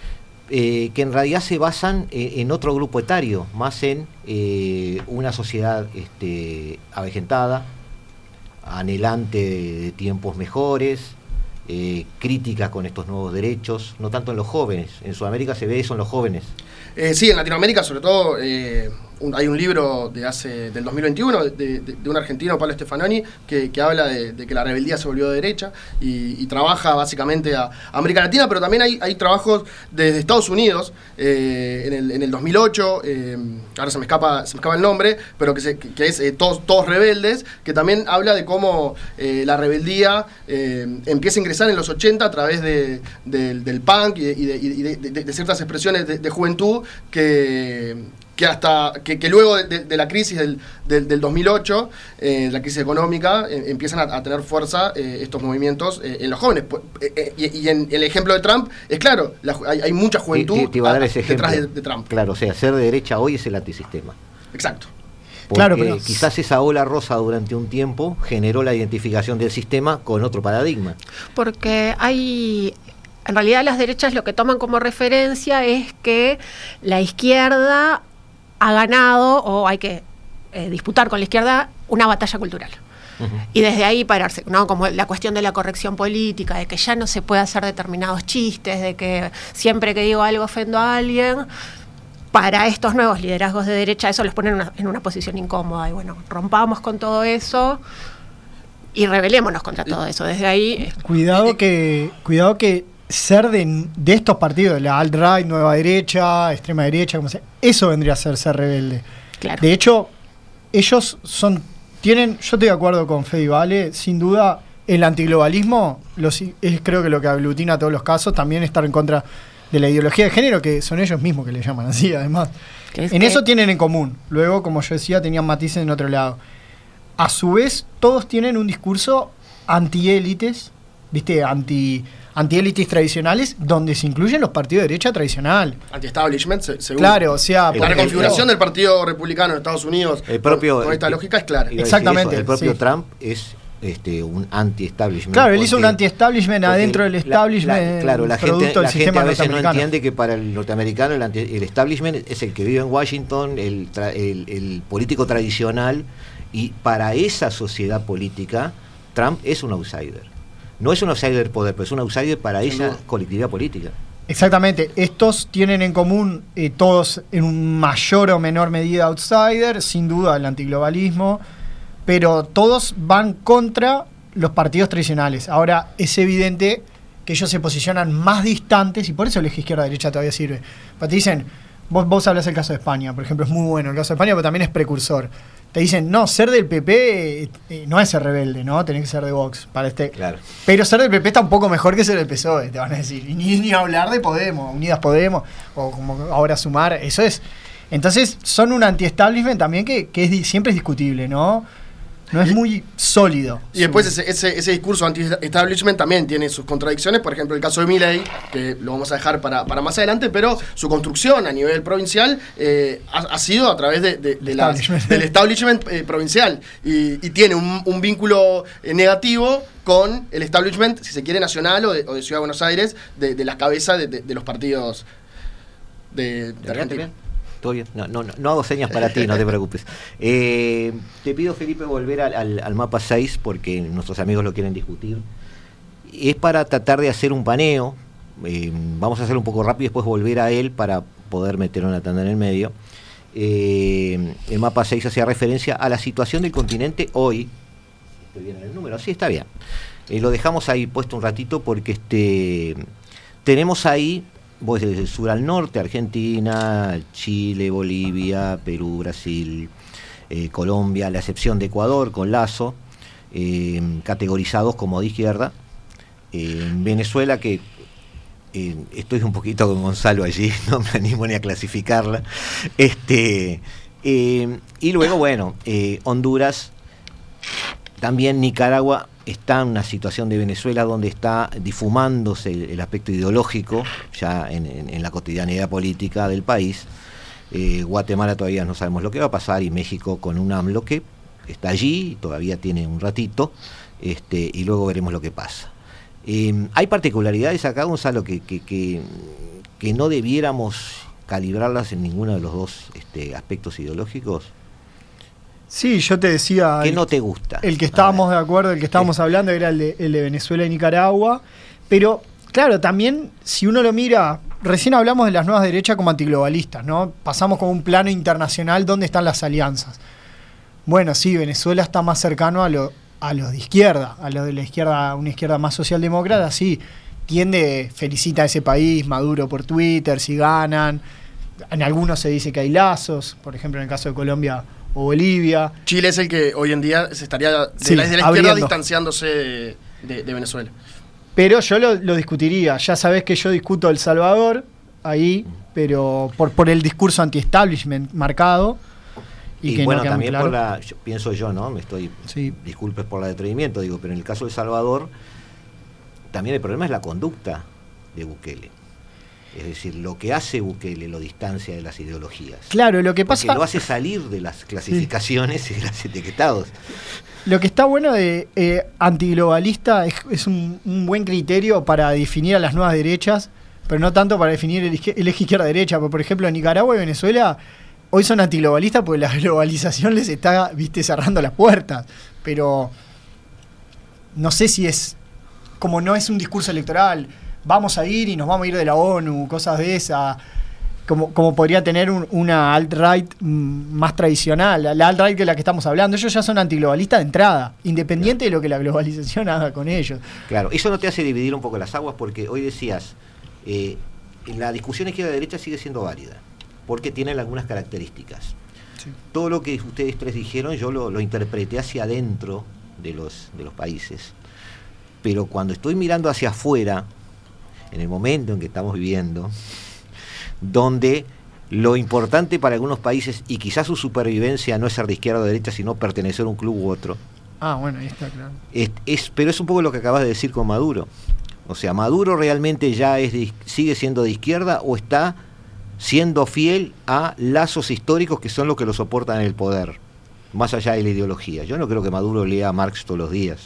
Eh, que en realidad se basan eh, en otro grupo etario, más en eh, una sociedad este, avejentada, anhelante de, de tiempos mejores, eh, crítica con estos nuevos derechos, no tanto en los jóvenes. En Sudamérica se ve eso en los jóvenes. Eh, sí, en Latinoamérica sobre todo eh, un, hay un libro de hace del dos mil veintiuno de, de, de un argentino, Pablo Stefanoni, que, que habla de, de que la rebeldía se volvió de derecha y, y trabaja básicamente a, a América Latina, pero también hay, hay trabajos desde Estados Unidos eh, en, el, en el dos mil ocho, eh, ahora se me escapa se me escapa el nombre, pero que, se, que es eh, todos, todos rebeldes, que también habla de cómo eh, la rebeldía eh, empieza a ingresar en los ochenta a través de, de, del punk y de, y de, y de, de, de ciertas expresiones de, de juventud que, que hasta que, que luego de, de la crisis del, del, del dos mil ocho, eh, la crisis económica, eh, empiezan a, a tener fuerza eh, estos movimientos eh, en los jóvenes. Eh, y, y en el ejemplo de Trump es claro, la, hay, hay mucha juventud te, te iba a dar ese detrás ejemplo. de, de Trump. Claro, o sea, ser de derecha hoy es el antisistema. Exacto. Porque claro, pero quizás esa ola rosa durante un tiempo generó la identificación del sistema con otro paradigma. Porque hay... En realidad las derechas lo que toman como referencia es que la izquierda ha ganado, o hay que eh, disputar con la izquierda, una batalla cultural. Uh-huh. Y desde ahí pararse, ¿no? Como la cuestión de la corrección política, de que ya no se puede hacer determinados chistes, de que siempre que digo algo ofendo a alguien. Para estos nuevos liderazgos de derecha eso los pone en una, en una posición incómoda. Y bueno, rompamos con todo eso y rebelémonos contra todo eso. Desde ahí... Cuidado que... Cuidado que ser de, de estos partidos, de la alt-right, nueva derecha, extrema derecha, como sea, eso vendría a ser ser rebelde. Claro. De hecho, ellos son, tienen, yo estoy de acuerdo con Fede y Vale, sin duda, el antiglobalismo los, es creo que lo que aglutina a todos los casos, también estar en contra de la ideología de género, que son ellos mismos que le llaman así, además. En que... eso tienen en común. Luego, como yo decía, tenían matices en otro lado. A su vez, todos tienen un discurso anti-élites, ¿viste? Anti... antiélites tradicionales, donde se incluyen los partidos de derecha tradicional. Anti-establishment, se, según. Claro, o sea... La reconfiguración del Partido Republicano en Estados Unidos el propio, con, con esta el, lógica es clara. Exactamente. Eso, el propio sí. Trump es este, un anti-establishment. Claro, él hizo un anti-establishment adentro del establishment. La, la, claro, la gente, producto del la sistema gente a veces no entiende que para el norteamericano el, anti, el establishment es el que vive en Washington, el, el, el político tradicional, y para esa sociedad política, Trump es un outsider. No es un outsider del poder, pero es un outsider para esa no. colectividad política. Exactamente. Estos tienen en común eh, todos en un mayor o menor medida outsider, sin duda el antiglobalismo, pero todos van contra los partidos tradicionales. Ahora, es evidente que ellos se posicionan más distantes y por eso el eje izquierda-derecha todavía sirve. Pero te dicen, vos, vos hablas del caso de España, por ejemplo, es muy bueno el caso de España, pero también es precursor. Te dicen, no, ser del P P eh, eh, no es ser rebelde, ¿no? Tenés que ser de Vox. Para este. Claro. Pero ser del P P está un poco mejor que ser del P S O E, te van a decir. Y ni, ni hablar de Podemos, Unidas Podemos, o como ahora Sumar. Eso es Entonces son un anti-establishment también que, que es, siempre es discutible, ¿no? No es muy sólido. Y después ese, ese, ese discurso anti-establishment también tiene sus contradicciones. Por ejemplo, el caso de Milei, que lo vamos a dejar para, para más adelante, pero su construcción a nivel provincial eh, ha, ha sido a través de, de, de las, establishment. del establishment eh, provincial. Y, y tiene un, un vínculo eh, negativo con el establishment, si se quiere, nacional o de, o de Ciudad de Buenos Aires, de, de las cabezas de, de, de los partidos de, de Argentina. ¿Todo bien? No, no, no hago señas para ti, no te preocupes. Eh, te pido, Felipe, volver al, al, al mapa seis porque nuestros amigos lo quieren discutir. Es para tratar de hacer un paneo. Eh, vamos a hacerlo un poco rápido y después volver a él para poder meter una tanda en el medio. Eh, el mapa seis hacía referencia a la situación del continente hoy. ¿Estoy bien en el número? Sí, está bien. Eh, lo dejamos ahí puesto un ratito porque este tenemos ahí... Vos desde el sur al norte, Argentina, Chile, Bolivia, Perú, Brasil, eh, Colombia, a la excepción de Ecuador con Lazo, eh, categorizados como de izquierda. Eh, Venezuela, que eh, estoy un poquito con Gonzalo allí, no me animo ni a clasificarla. Este, eh, y luego, bueno, eh, Honduras, también Nicaragua. Está en una situación de Venezuela donde está difumándose el, el aspecto ideológico ya en, en, en la cotidianidad política del país. Eh, Guatemala todavía no sabemos lo que va a pasar y México con un AMLO que está allí, todavía tiene un ratito, este, y luego veremos lo que pasa. Eh, hay particularidades acá, Gonzalo, que, que, que, que no debiéramos calibrarlas en ninguno de los dos este, aspectos ideológicos. Sí, yo te decía... ¿Qué el, no te gusta? El que estábamos de acuerdo, el que estábamos sí. hablando era el de, el de Venezuela y Nicaragua. Pero, claro, también, si uno lo mira... Recién hablamos de las nuevas derechas como antiglobalistas, ¿no? Pasamos como un plano internacional donde están las alianzas. Bueno, sí, Venezuela está más cercano a lo, a lo de izquierda, a lo de la izquierda, una izquierda más socialdemócrata, sí. Tiende, felicita a ese país, Maduro por Twitter, si ganan. En algunos se dice que hay lazos, por ejemplo, en el caso de Colombia... o Bolivia. Chile es el que hoy en día se estaría de sí, la, de la izquierda abriendo. distanciándose de, de, de Venezuela. Pero yo lo, lo discutiría. Ya sabés que yo discuto El Salvador ahí, pero por, por el discurso anti-establishment marcado. Y, y que bueno, no también claro. por la, yo, pienso yo, ¿no? Me estoy, sí. disculpes por el atrevimiento, digo, pero en el caso de El Salvador, también el problema es la conducta de Bukele. Es decir, lo que hace Bukele lo distancia de las ideologías. Claro, lo que pasa... Porque lo hace salir de las clasificaciones sí. y de los etiquetados. Lo que está bueno de eh, antiglobalista es, es un, un buen criterio para definir a las nuevas derechas, pero no tanto para definir el, el eje izquierda-derecha. Porque, por ejemplo, Nicaragua y Venezuela hoy son antiglobalistas porque la globalización les está, viste, cerrando las puertas. Pero no sé si es... Como no es un discurso electoral... Vamos a ir y nos vamos a ir de la ONU, cosas de esa, como, como podría tener un, una alt-right más tradicional, la alt-right que la que estamos hablando. Ellos ya son antiglobalistas de entrada, independiente claro. de lo que la globalización haga con ellos. Claro, eso no te hace dividir un poco las aguas, porque hoy decías, eh, la discusión izquierda-derecha sigue siendo válida, porque tienen algunas características. Sí. Todo lo que ustedes tres dijeron, yo lo, lo interpreté hacia adentro de los, de los países, pero cuando estoy mirando hacia afuera, en el momento en que estamos viviendo, donde lo importante para algunos países, y quizás su supervivencia no es ser de izquierda o de derecha, sino pertenecer a un club u otro. Ah, bueno, ahí está, claro. Es, es, pero es un poco lo que acabas de decir con Maduro. O sea, ¿Maduro realmente ya es de, sigue siendo de izquierda o está siendo fiel a lazos históricos que son los que lo soportan en el poder, más allá de la ideología? Yo no creo que Maduro lea a Marx todos los días.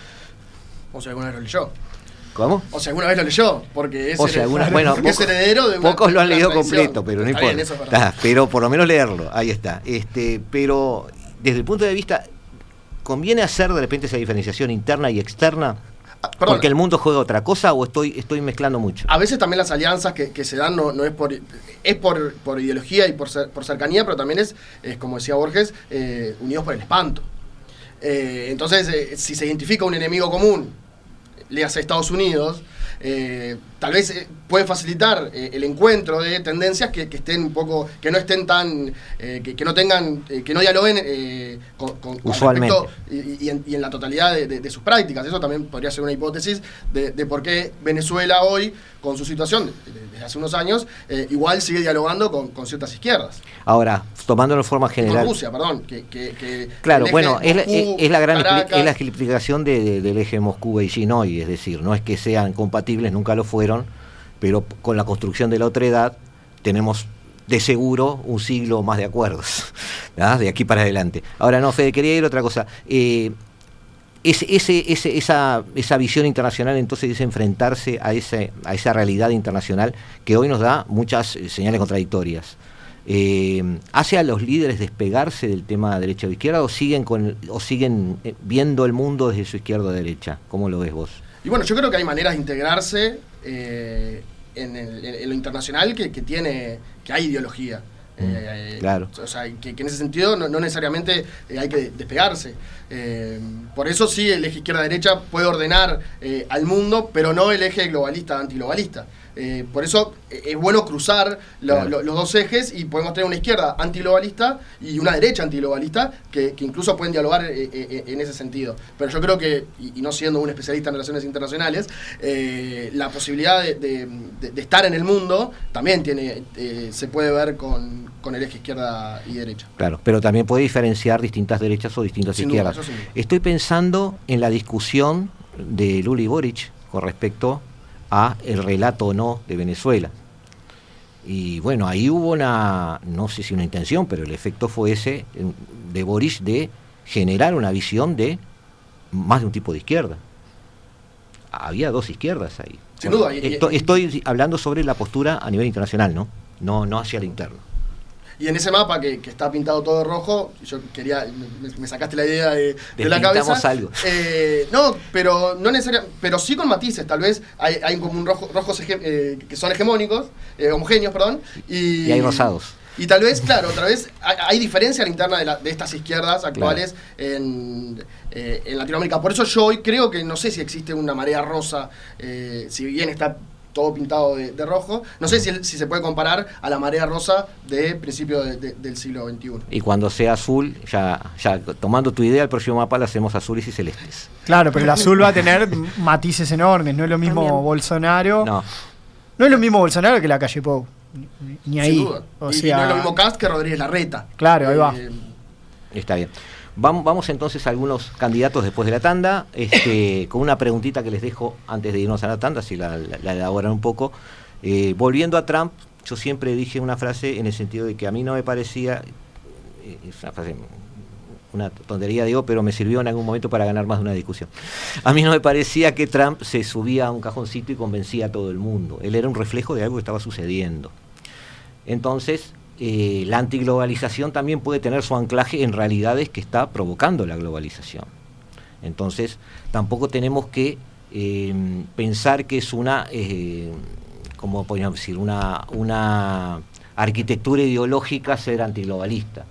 O sea, alguna vez lo leyó. ¿Cómo? O sea, alguna vez lo leyó, porque es, o sea, heredero, alguna, bueno, porque poco, es heredero de una, pocos lo han una leído tradición. completo, pero no está importa. Bien, eso es está, pero por lo menos leerlo, ahí está. Este, pero desde el punto de vista, ¿conviene hacer de repente esa diferenciación interna y externa? Ah, porque el mundo juega otra cosa, o estoy estoy mezclando mucho. A veces también las alianzas que, que se dan no, no es por es por, por ideología y por, por cercanía, pero también es, es como decía Borges, eh, unidos por el espanto. Eh, entonces, eh, si se identifica un enemigo común, le hace Estados Unidos, eh, tal vez eh, puede facilitar eh, el encuentro de tendencias que, que estén un poco, que no estén tan, eh, que, que no tengan, eh, que no dialoguen eh, con, con, usualmente con y, y, en, y en la totalidad de, de, de sus prácticas. Eso también podría ser una hipótesis de, de por qué Venezuela hoy, con su situación, desde desde hace unos años, eh, igual sigue dialogando con, con ciertas izquierdas. Ahora, tomándolo de forma general. Con Rusia, perdón. Que, que, que claro, bueno, es, Moscú, es, es la gran Caracas, es la explicación de, de, del eje Moscú-Beijing hoy, es decir, no es que sean compatibles, nunca lo fueron, pero con la construcción de la otredad tenemos de seguro un siglo más de acuerdos, ¿verdad? De aquí para adelante. Ahora no, Fede, quería ir a otra cosa. Eh, ese, ese, ese, esa, esa visión internacional entonces es enfrentarse a, ese, a esa realidad internacional que hoy nos da muchas eh, señales contradictorias. Eh, ¿Hace a los líderes despegarse del tema de derecha o izquierda o siguen, con, o siguen eh, viendo el mundo desde su izquierda o derecha? ¿Cómo lo ves vos? Y bueno, yo creo que hay maneras de integrarse eh, en, el, en lo internacional que, que tiene, que hay ideología. Eh, claro. O sea, que, que en ese sentido no, no necesariamente eh, hay que despegarse. Eh, por eso sí, el eje izquierda-derecha puede ordenar eh, al mundo, pero no el eje globalista-antiglobalista. Eh, por eso eh, es bueno cruzar lo, claro. lo, los dos ejes y podemos tener una izquierda antiglobalista y una derecha antiglobalista que, que incluso pueden dialogar eh, eh, en ese sentido. Pero yo creo que, y, y no siendo un especialista en relaciones internacionales, eh, la posibilidad de, de, de, de estar en el mundo también tiene eh, se puede ver con, con el eje izquierda y derecha. Claro, pero también puede diferenciar distintas derechas o distintas sin izquierdas. Duda, Estoy pensando en la discusión de Lula y Boric con respecto a el relato o no de Venezuela. Y bueno, ahí hubo una, no sé si una intención, pero el efecto fue ese de Boric de generar una visión de más de un tipo de izquierda. Había dos izquierdas ahí. Sin bueno, duda. Y, estoy, estoy hablando sobre la postura a nivel internacional, ¿no? No, no hacia el interno. Y en ese mapa que, que está pintado todo de rojo, yo quería, me, me sacaste la idea de, de la cabeza. Algo. Eh, no, pero no necesariamente, pero sí con matices. Tal vez hay, hay como un rojo, rojos hege, eh, que son hegemónicos, eh, homogéneos, perdón. Y, y hay rosados. Y tal vez, claro, otra vez hay, hay diferencia a la interna de, la, de estas izquierdas actuales claro. en, eh, en Latinoamérica. Por eso yo hoy creo que no sé si existe una marea rosa, eh, si bien está todo pintado de, de rojo. No sé si, si se puede comparar a la marea rosa de principio de, de, del siglo veintiuno. Y cuando sea azul, ya, ya tomando tu idea, el próximo mapa lo hacemos azules y celestes. Claro, pero el azul va a tener matices enormes. No es lo mismo También. Bolsonaro. No. No es lo mismo Bolsonaro que la Calle Pou. Ni, ni ahí. Sin duda. O y, sea, y no es lo mismo Cast que Rodríguez Larreta. Claro, ahí va. Eh, Está bien. Vamos, vamos entonces a algunos candidatos después de la tanda, este, con una preguntita que les dejo antes de irnos a la tanda, si la, la, la elaboran un poco. Eh, volviendo a Trump, yo siempre dije una frase en el sentido de que a mí no me parecía, eh, es una frase, una tontería digo, pero me sirvió en algún momento para ganar más de una discusión. A mí no me parecía que Trump se subía a un cajoncito y convencía a todo el mundo. Él era un reflejo de algo que estaba sucediendo. Entonces, Eh, la antiglobalización también puede tener su anclaje en realidades que está provocando la globalización. Entonces, tampoco tenemos que eh, pensar que es una, eh, ¿cómo podríamos decir? Una, una arquitectura ideológica ser antiglobalista.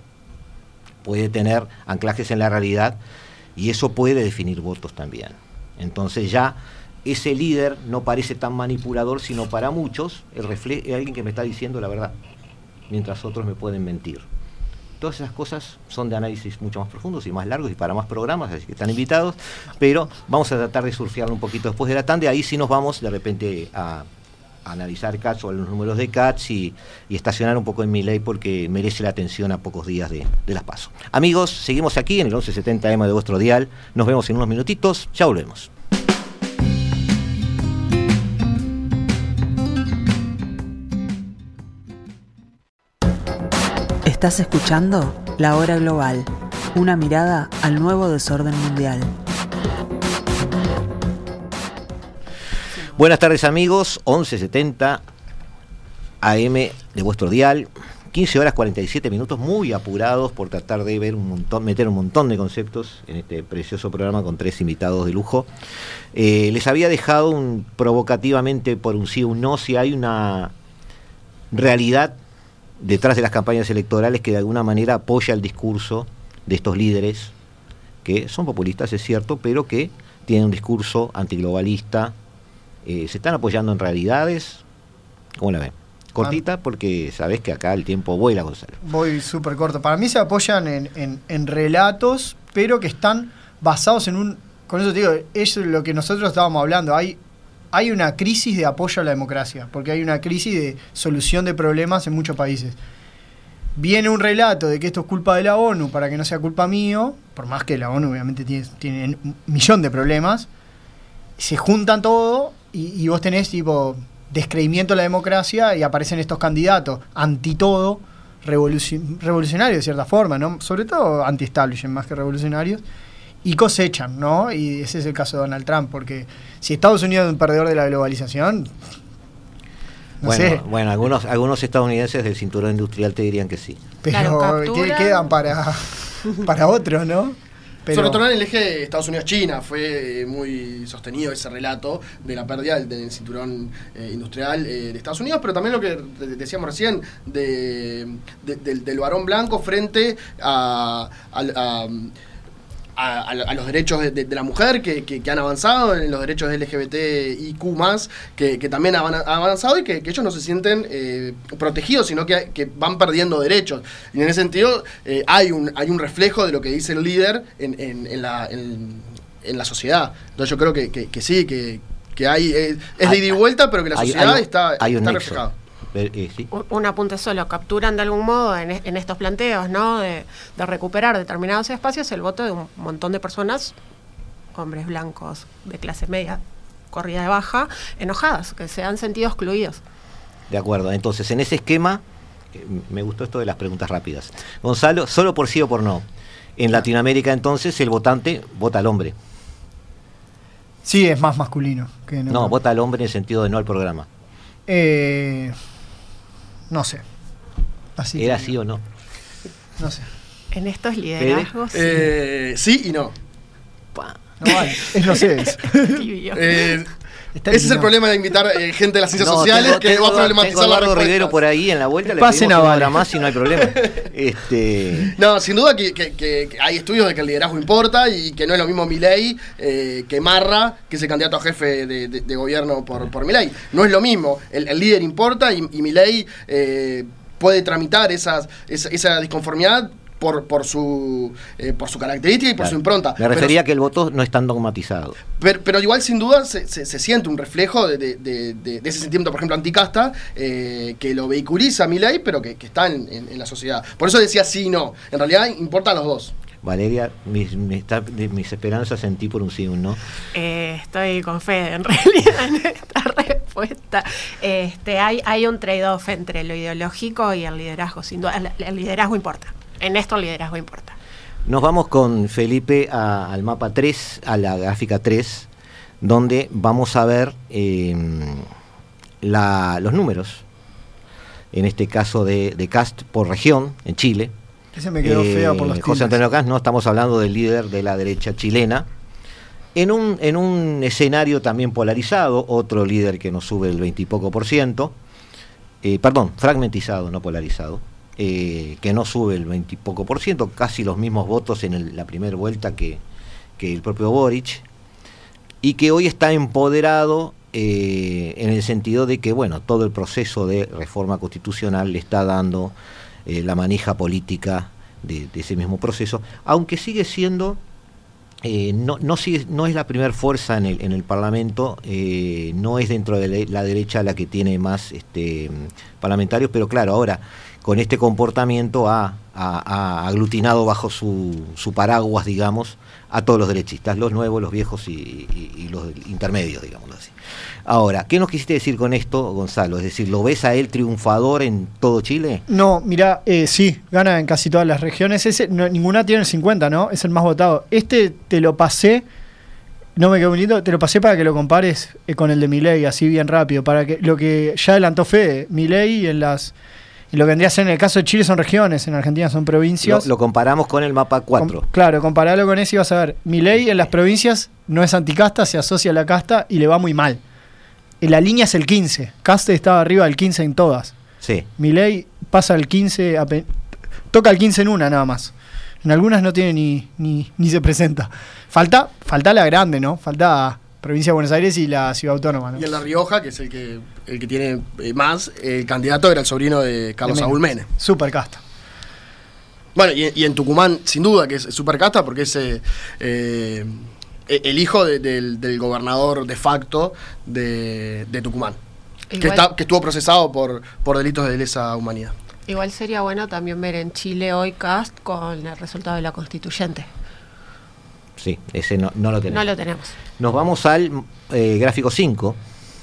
Puede tener anclajes en la realidad y eso puede definir votos también. Entonces ya ese líder no parece tan manipulador, sino para muchos el refle- es alguien que me está diciendo la verdad, mientras otros me pueden mentir. Todas esas cosas son de análisis mucho más profundos y más largos y para más programas, así que están invitados, pero vamos a tratar de surfearlo un poquito después de la tanda, ahí sí nos vamos de repente a, a analizar C A T S o los números de C A T S y, y estacionar un poco en Milei porque merece la atención a pocos días de, de las PASO. Amigos, seguimos aquí en el once setenta eme de vuestro dial, nos vemos en unos minutitos, ya volvemos. Estás escuchando La Hora Global, una mirada al nuevo desorden mundial. Buenas tardes amigos, once setenta A M de vuestro dial, quince horas cuarenta y siete minutos, muy apurados por tratar de ver un montón, meter un montón de conceptos en este precioso programa con tres invitados de lujo. Eh, les había dejado un, provocativamente por un sí o un no, si hay una realidad detrás de las campañas electorales que de alguna manera apoya el discurso de estos líderes, que son populistas, es cierto, pero que tienen un discurso antiglobalista, eh, se están apoyando en realidades. ¿Cómo la ven? Cortita, porque sabés que acá el tiempo vuela, Gonzalo. Voy súper corto. Para mí se apoyan en, en, en relatos, pero que están basados en un... Con eso te digo, es lo que nosotros estábamos hablando. Hay hay una crisis de apoyo a la democracia, porque hay una crisis de solución de problemas en muchos países. Viene un relato de que esto es culpa de la ONU para que no sea culpa mío, por más que la ONU obviamente tiene, tiene un millón de problemas, se juntan todo y, y vos tenés tipo descreimiento de la democracia y aparecen estos candidatos anti todo, revolucion, revolucionarios de cierta forma, ¿no? Sobre todo anti-establishment más que revolucionarios, y cosechan, ¿no? Y ese es el caso de Donald Trump, porque si Estados Unidos es un perdedor de la globalización, no bueno, sé. bueno, algunos algunos estadounidenses del cinturón industrial te dirían que sí. Pero claro, que quedan para, para otros, ¿no? Pero, sobre todo en el eje Estados Unidos-China fue muy sostenido ese relato de la pérdida del, del cinturón eh, industrial eh, de Estados Unidos, pero también lo que decíamos recién de, de, del, del varón blanco frente a, a, a A, a, a los derechos de, de, de la mujer que, que, que han avanzado, en los derechos L G B T I Q más, que, que también han avanzado y que, que ellos no se sienten eh, protegidos, sino que, que van perdiendo derechos. Y en ese sentido eh, hay, un, hay un reflejo de lo que dice el líder en, en, en, la, en, en la sociedad. Entonces yo creo que, que, que sí, que, que hay eh, es de ida y vuelta, pero que la sociedad hay, hay, está, hay está un reflejada. Eh, sí. Un apunte solo, capturan de algún modo en, en estos planteos, ¿no? De, de recuperar determinados espacios el voto de un montón de personas, hombres blancos de clase media, corrida de baja, enojadas, que se han sentido excluidos. De acuerdo, entonces en ese esquema, eh, me gustó esto de las preguntas rápidas. Gonzalo, solo por sí o por no. En Latinoamérica entonces el votante vota al hombre. Sí, es más masculino. Que no, no, vota al hombre en el sentido de no al programa. Eh... No sé. Así ¿Era así o no? No sé. En estos liderazgos. Sí, eh, sí y no. No vale. Es no sé. Es. eh, ese es el problema de invitar eh, gente de las ciencias no, sociales tengo, que tengo, va a problematizar la respuesta. Rivero por ahí en la vuelta, le Pasen pedimos a una hora más y no hay problema. este... No, sin duda que, que, que, que hay estudios de que el liderazgo importa y que no es lo mismo Milei eh, que Marra, que es el candidato a jefe de, de, de gobierno por, por Milei. No es lo mismo, el, el líder importa y, y Milei eh, puede tramitar esas, esa, esa disconformidad Por, por su eh, por su característica y por claro. su impronta. Me refería a que el voto no es tan dogmatizado. Pero, pero igual, sin duda, se, se, se siente un reflejo de, de, de, de, de ese sentimiento, por ejemplo, anticasta, eh, que lo vehiculiza Milei, pero que, que está en, en, en la sociedad. Por eso decía sí y no. En realidad, importan los dos. Valeria, mis, mis, mis esperanzas en ti por un sí y un no. Eh, estoy con Fede, en realidad, en esta respuesta. Este, hay, hay un trade-off entre lo ideológico y el liderazgo. Sin duda, el, el liderazgo importa. En esto el liderazgo importa. Nos vamos con Felipe a, al mapa tres, a la gráfica tres, donde vamos a ver eh, la, los números, en este caso de, de Kast por región, en Chile. Ese me quedó eh, fea por los José Antonio Kast, no estamos hablando del líder de la derecha chilena, en un, en un escenario también polarizado, otro líder que nos sube el veinte y poco por ciento, eh, perdón, fragmentizado, no polarizado. Eh, que no sube el veinte y poco por ciento, casi los mismos votos en el, la primera vuelta que, que el propio Boric, y que hoy está empoderado eh, en el sentido de que, bueno, todo el proceso de reforma constitucional le está dando eh, la manija política de, de ese mismo proceso, aunque sigue siendo, eh, no, no, sigue, no es la primera fuerza en el, en el Parlamento, eh, no es dentro de la derecha la que tiene más este, parlamentarios, pero claro, ahora con este comportamiento ha, ha, ha aglutinado bajo su, su paraguas, digamos, a todos los derechistas, los nuevos, los viejos y, y, y los intermedios, digamos así. Ahora, ¿qué nos quisiste decir con esto, Gonzalo? Es decir, ¿lo ves a él triunfador en todo Chile? No, mira, eh, sí, gana en casi todas las regiones. Ese, no, ninguna tiene el cincuenta, ¿no? Es el más votado. Este te lo pasé, no me quedó bonito, te lo pasé para que lo compares eh, con el de Milei, así bien rápido, para que lo que ya adelantó Fede, Milei en las... Y lo que vendría a ser en el caso de Chile son regiones, en Argentina son provincias. Lo, lo comparamos con el mapa cuatro. Com, claro, compararlo con ese y vas a ver. Milei en las provincias no es anticasta, se asocia a la casta y le va muy mal. En la línea es el quince. Caste estaba arriba del quince en todas. Sí. Milei pasa al quince, a, toca el quince en una nada más. En algunas no tiene ni, ni, ni se presenta. Falta, falta la grande, ¿no? Falta Provincia de Buenos Aires y la Ciudad Autónoma, ¿no? Y en La Rioja, que es el que el que tiene eh, más, el candidato era el sobrino de Carlos Saúl Menem. Super casta. Bueno, y, y en Tucumán, sin duda, que es super casta, porque es eh, eh, el hijo de, del, del gobernador de facto de, de Tucumán, Igual, que, está, que estuvo procesado por, por delitos de lesa humanidad. Igual sería bueno también ver en Chile hoy Cast con el resultado de la constituyente. Sí, ese no, no lo tenemos. No lo tenemos. Nos vamos al eh, gráfico cinco,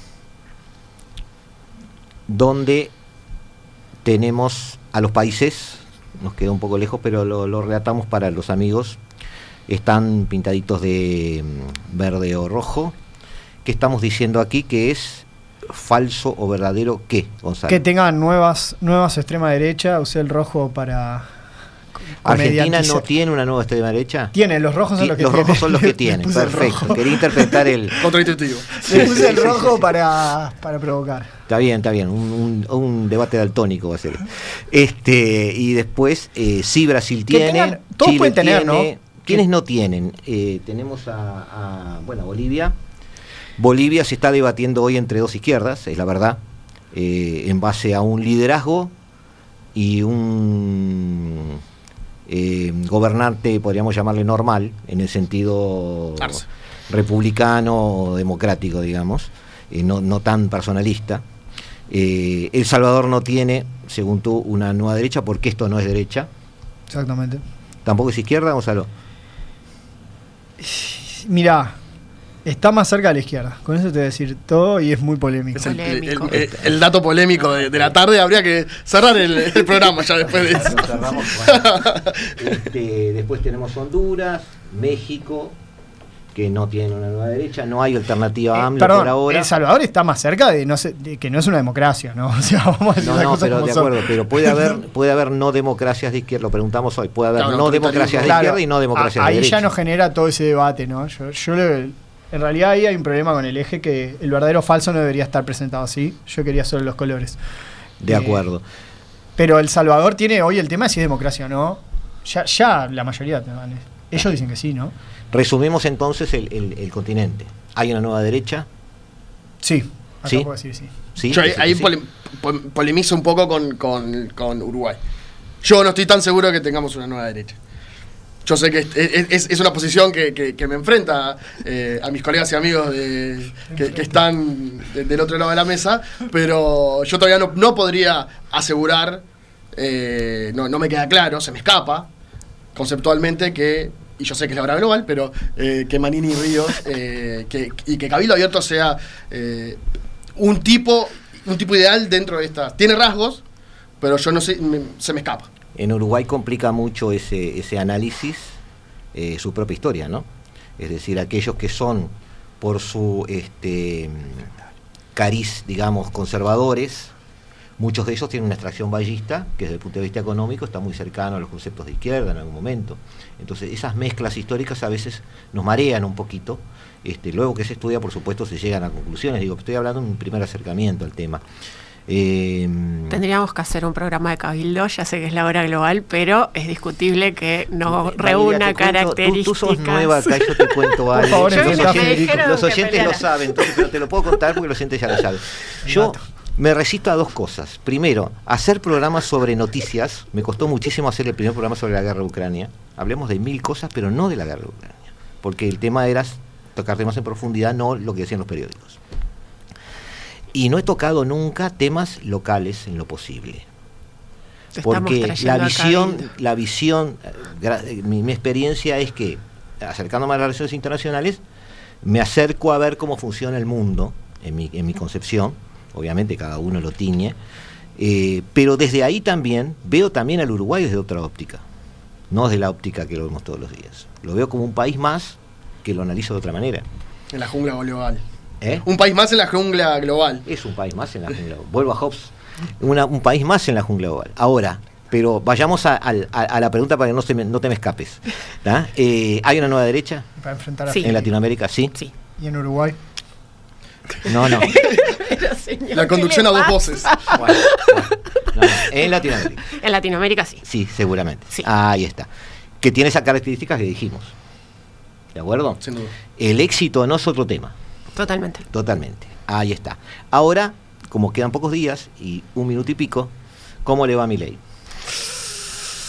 donde tenemos a los países, nos queda un poco lejos, pero lo, lo relatamos para los amigos. Están pintaditos de verde o rojo. ¿Qué estamos diciendo aquí? Que es falso o verdadero, ¿qué, Gonzalo? Que tengan nuevas nuevas extrema derecha. Usé el rojo para... ¿Argentina no tiene una nueva extrema derecha? Tiene, los rojos son los que los tienen. rojos son los que tienen, perfecto. Quería interpretar el... Contraintuitivo. Le puse el rojo para, para provocar. Está bien, está bien, un, un, un debate daltónico va a ser. Este, y después, eh, sí, Brasil tiene, tengan, todos Chile pueden tener, tiene, ¿no? ¿Quiénes no tienen? Eh, tenemos a, a, bueno, Bolivia. Bolivia se está debatiendo hoy entre dos izquierdas, es la verdad, eh, en base a un liderazgo y un eh, gobernante, podríamos llamarle normal, en el sentido Arce. republicano o democrático, digamos, eh, no, no tan personalista. Eh, El Salvador no tiene, según tú, una nueva derecha, porque esto no es derecha. Exactamente. ¿Tampoco es izquierda, Gonzalo? Mirá, está más cerca de la izquierda. Con eso te voy a decir todo y es muy polémico. Es el, el, Polémico. el- el dato polémico de, de la tarde. Habría que cerrar el, el programa ya después de eso. Nos cerramos, bueno. Este, después tenemos Honduras, México, que no tiene una nueva derecha, no hay alternativa Eh, AMLO perdón, por ahora. El Salvador está más cerca de, no sé, de que no es una democracia, ¿no? O sea, vamos a decir No, las no, cosas pero como de son. acuerdo, pero puede haber, puede haber no democracias de izquierda, lo preguntamos hoy, puede haber Claro, no autoritarismo. democracias de Claro, izquierda y no democracias a- de ahí derecha. ya no genera todo ese debate, ¿no? Yo, yo le- en realidad ahí hay un problema con el eje, que el verdadero falso no debería estar presentado así. Yo quería solo los colores. De Eh, acuerdo. Pero El Salvador tiene hoy el tema de si es democracia o no. Ya, ya la mayoría, ellos dicen que sí, ¿no? Resumimos entonces el, el- el continente. ¿Hay una nueva derecha? Sí, acá ¿Sí? puedo decir sí. ¿Sí? Yo ahí, ¿Dice que ahí sí? pole- po- polemizo un poco con, con- con Uruguay. Yo no estoy tan seguro de que tengamos una nueva derecha. Yo sé que es, es- es una posición que, que- que me enfrenta eh, a mis colegas y amigos de- que, que están de- del otro lado de la mesa, pero yo todavía no, no podría asegurar, eh, no, no me queda claro, se me escapa conceptualmente que, y yo sé que es la hora global, pero eh, que Manini y Ríos eh, que, y que Cabildo Abierto sea eh, un tipo un tipo ideal dentro de estas. Tiene rasgos, pero yo no sé, me- se me escapa. En Uruguay complica mucho ese, ese análisis eh, su propia historia, ¿no? Es decir, aquellos que son por su este, cariz, digamos, conservadores, muchos de ellos tienen una extracción bayista que desde el punto de vista económico está muy cercano a los conceptos de izquierda en algún momento. Entonces esas mezclas históricas a veces nos marean un poquito. Este, luego que se estudia, por supuesto, se llegan a conclusiones. Digo, estoy hablando de un primer acercamiento al tema. Eh, Tendríamos que hacer un programa de Cabildo, ya sé que es la hora global, pero es discutible que no Valeria, reúna te cuento, características. Tú, tú sos nueva acá, yo te cuento algo. favor, los enfrenta a oyentes, Federico. los que oyentes peleara. lo saben, entonces, pero te lo puedo contar porque los oyentes ya lo saben. Yo me resisto a dos cosas. Primero, hacer programas sobre noticias. Me costó muchísimo hacer el primer programa sobre la guerra de Ucrania. Hablemos de mil cosas, pero no de la guerra de Ucrania. Porque el tema era tocar temas en profundidad, no lo que decían los periódicos. Y no he tocado nunca temas locales en lo posible. Te estamos Porque trayendo la a visión, Cabildo. la visión, eh, gra- eh, mi, mi experiencia es que, acercándome a las relaciones internacionales, me acerco a ver cómo funciona el mundo, en mi, en mi concepción, obviamente cada uno lo tiñe, eh, pero desde ahí también veo también al Uruguay desde otra óptica, no desde la óptica que lo vemos todos los días. Lo veo como un país más que lo analizo de otra manera. En la jungla global. ¿Eh? Un país más en la jungla global. Es un país más en la jungla. Vuelvo a Hobbes. Una- un país más en la jungla global. Ahora, pero vayamos a, al- a- a la pregunta para que no, se me- no te me escapes. ¿tá? Eh, ¿Hay una nueva derecha Para enfrentar a Sí. en Federico. Latinoamérica? Sí. Sí. Y en Uruguay. No, no. Pero, señor, La conducción ¿qué a le dos pasa? voces. Bueno, bueno. No, no. En Latinoamérica. En Latinoamérica sí. Sí, seguramente. Sí. Ahí está. Que tiene esas características que dijimos. ¿De acuerdo? Sin duda. El éxito no es otro tema. Totalmente. Totalmente. Ahí está. Ahora, como quedan pocos días y un minuto y pico, ¿cómo le va a Milei?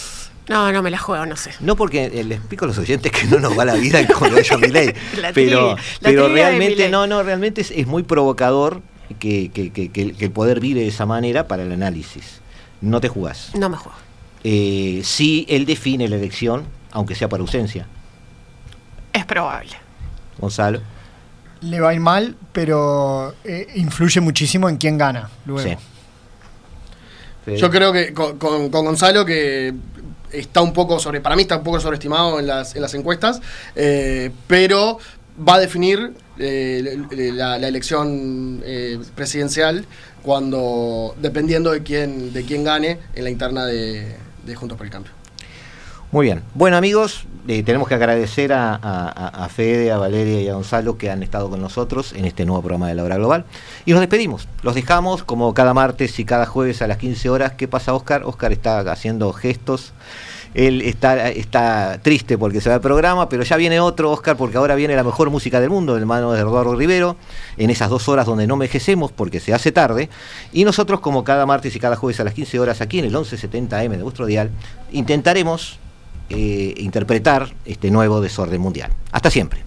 No, no me la juego, no sé. No, porque eh, les explico a los oyentes que no nos va la vida con Gallo Milei. La pero trivia, la pero trivia de realmente, Milei. no, no, realmente es, es muy provocador que, que, que, que el, que el poder vire de esa manera para el análisis. No te jugás. No me juego. Eh, sí, él define la elección, aunque sea por ausencia. Es probable. Gonzalo. Le va a ir mal, pero eh, influye muchísimo en quién gana luego. Sí. Fede. Yo creo que con, con- con Gonzalo, que está un poco sobre, para mí está un poco sobreestimado en las, en las encuestas, eh, pero va a definir eh, la, la elección eh, presidencial cuando, dependiendo de quién, de quién gane en la interna de, de Juntos por el Cambio. Muy bien. Bueno, amigos, eh, tenemos que agradecer a, a, a Fede, a Valeria y a Gonzalo que han estado con nosotros en este nuevo programa de La Hora Global. Y nos despedimos. Los dejamos como cada martes y cada jueves a las quince horas. ¿Qué pasa, Oscar? Oscar está haciendo gestos. Él está, está triste porque se va el programa, pero ya viene otro, Oscar, porque ahora viene la mejor música del mundo, en manos de Eduardo Rivero, en esas dos horas donde no envejecemos porque se hace tarde. Y nosotros, como cada martes y cada jueves a las quince horas, aquí en el once setenta eme de vuestro dial, intentaremos eh, interpretar este nuevo desorden mundial. Hasta siempre.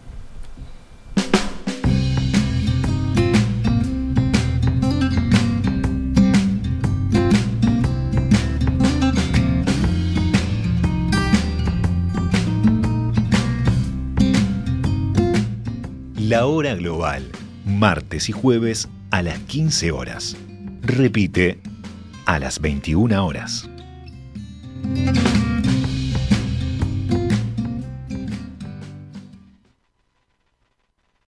La Hora Global, martes y jueves a las quince horas. Repite, a las veintiuna horas.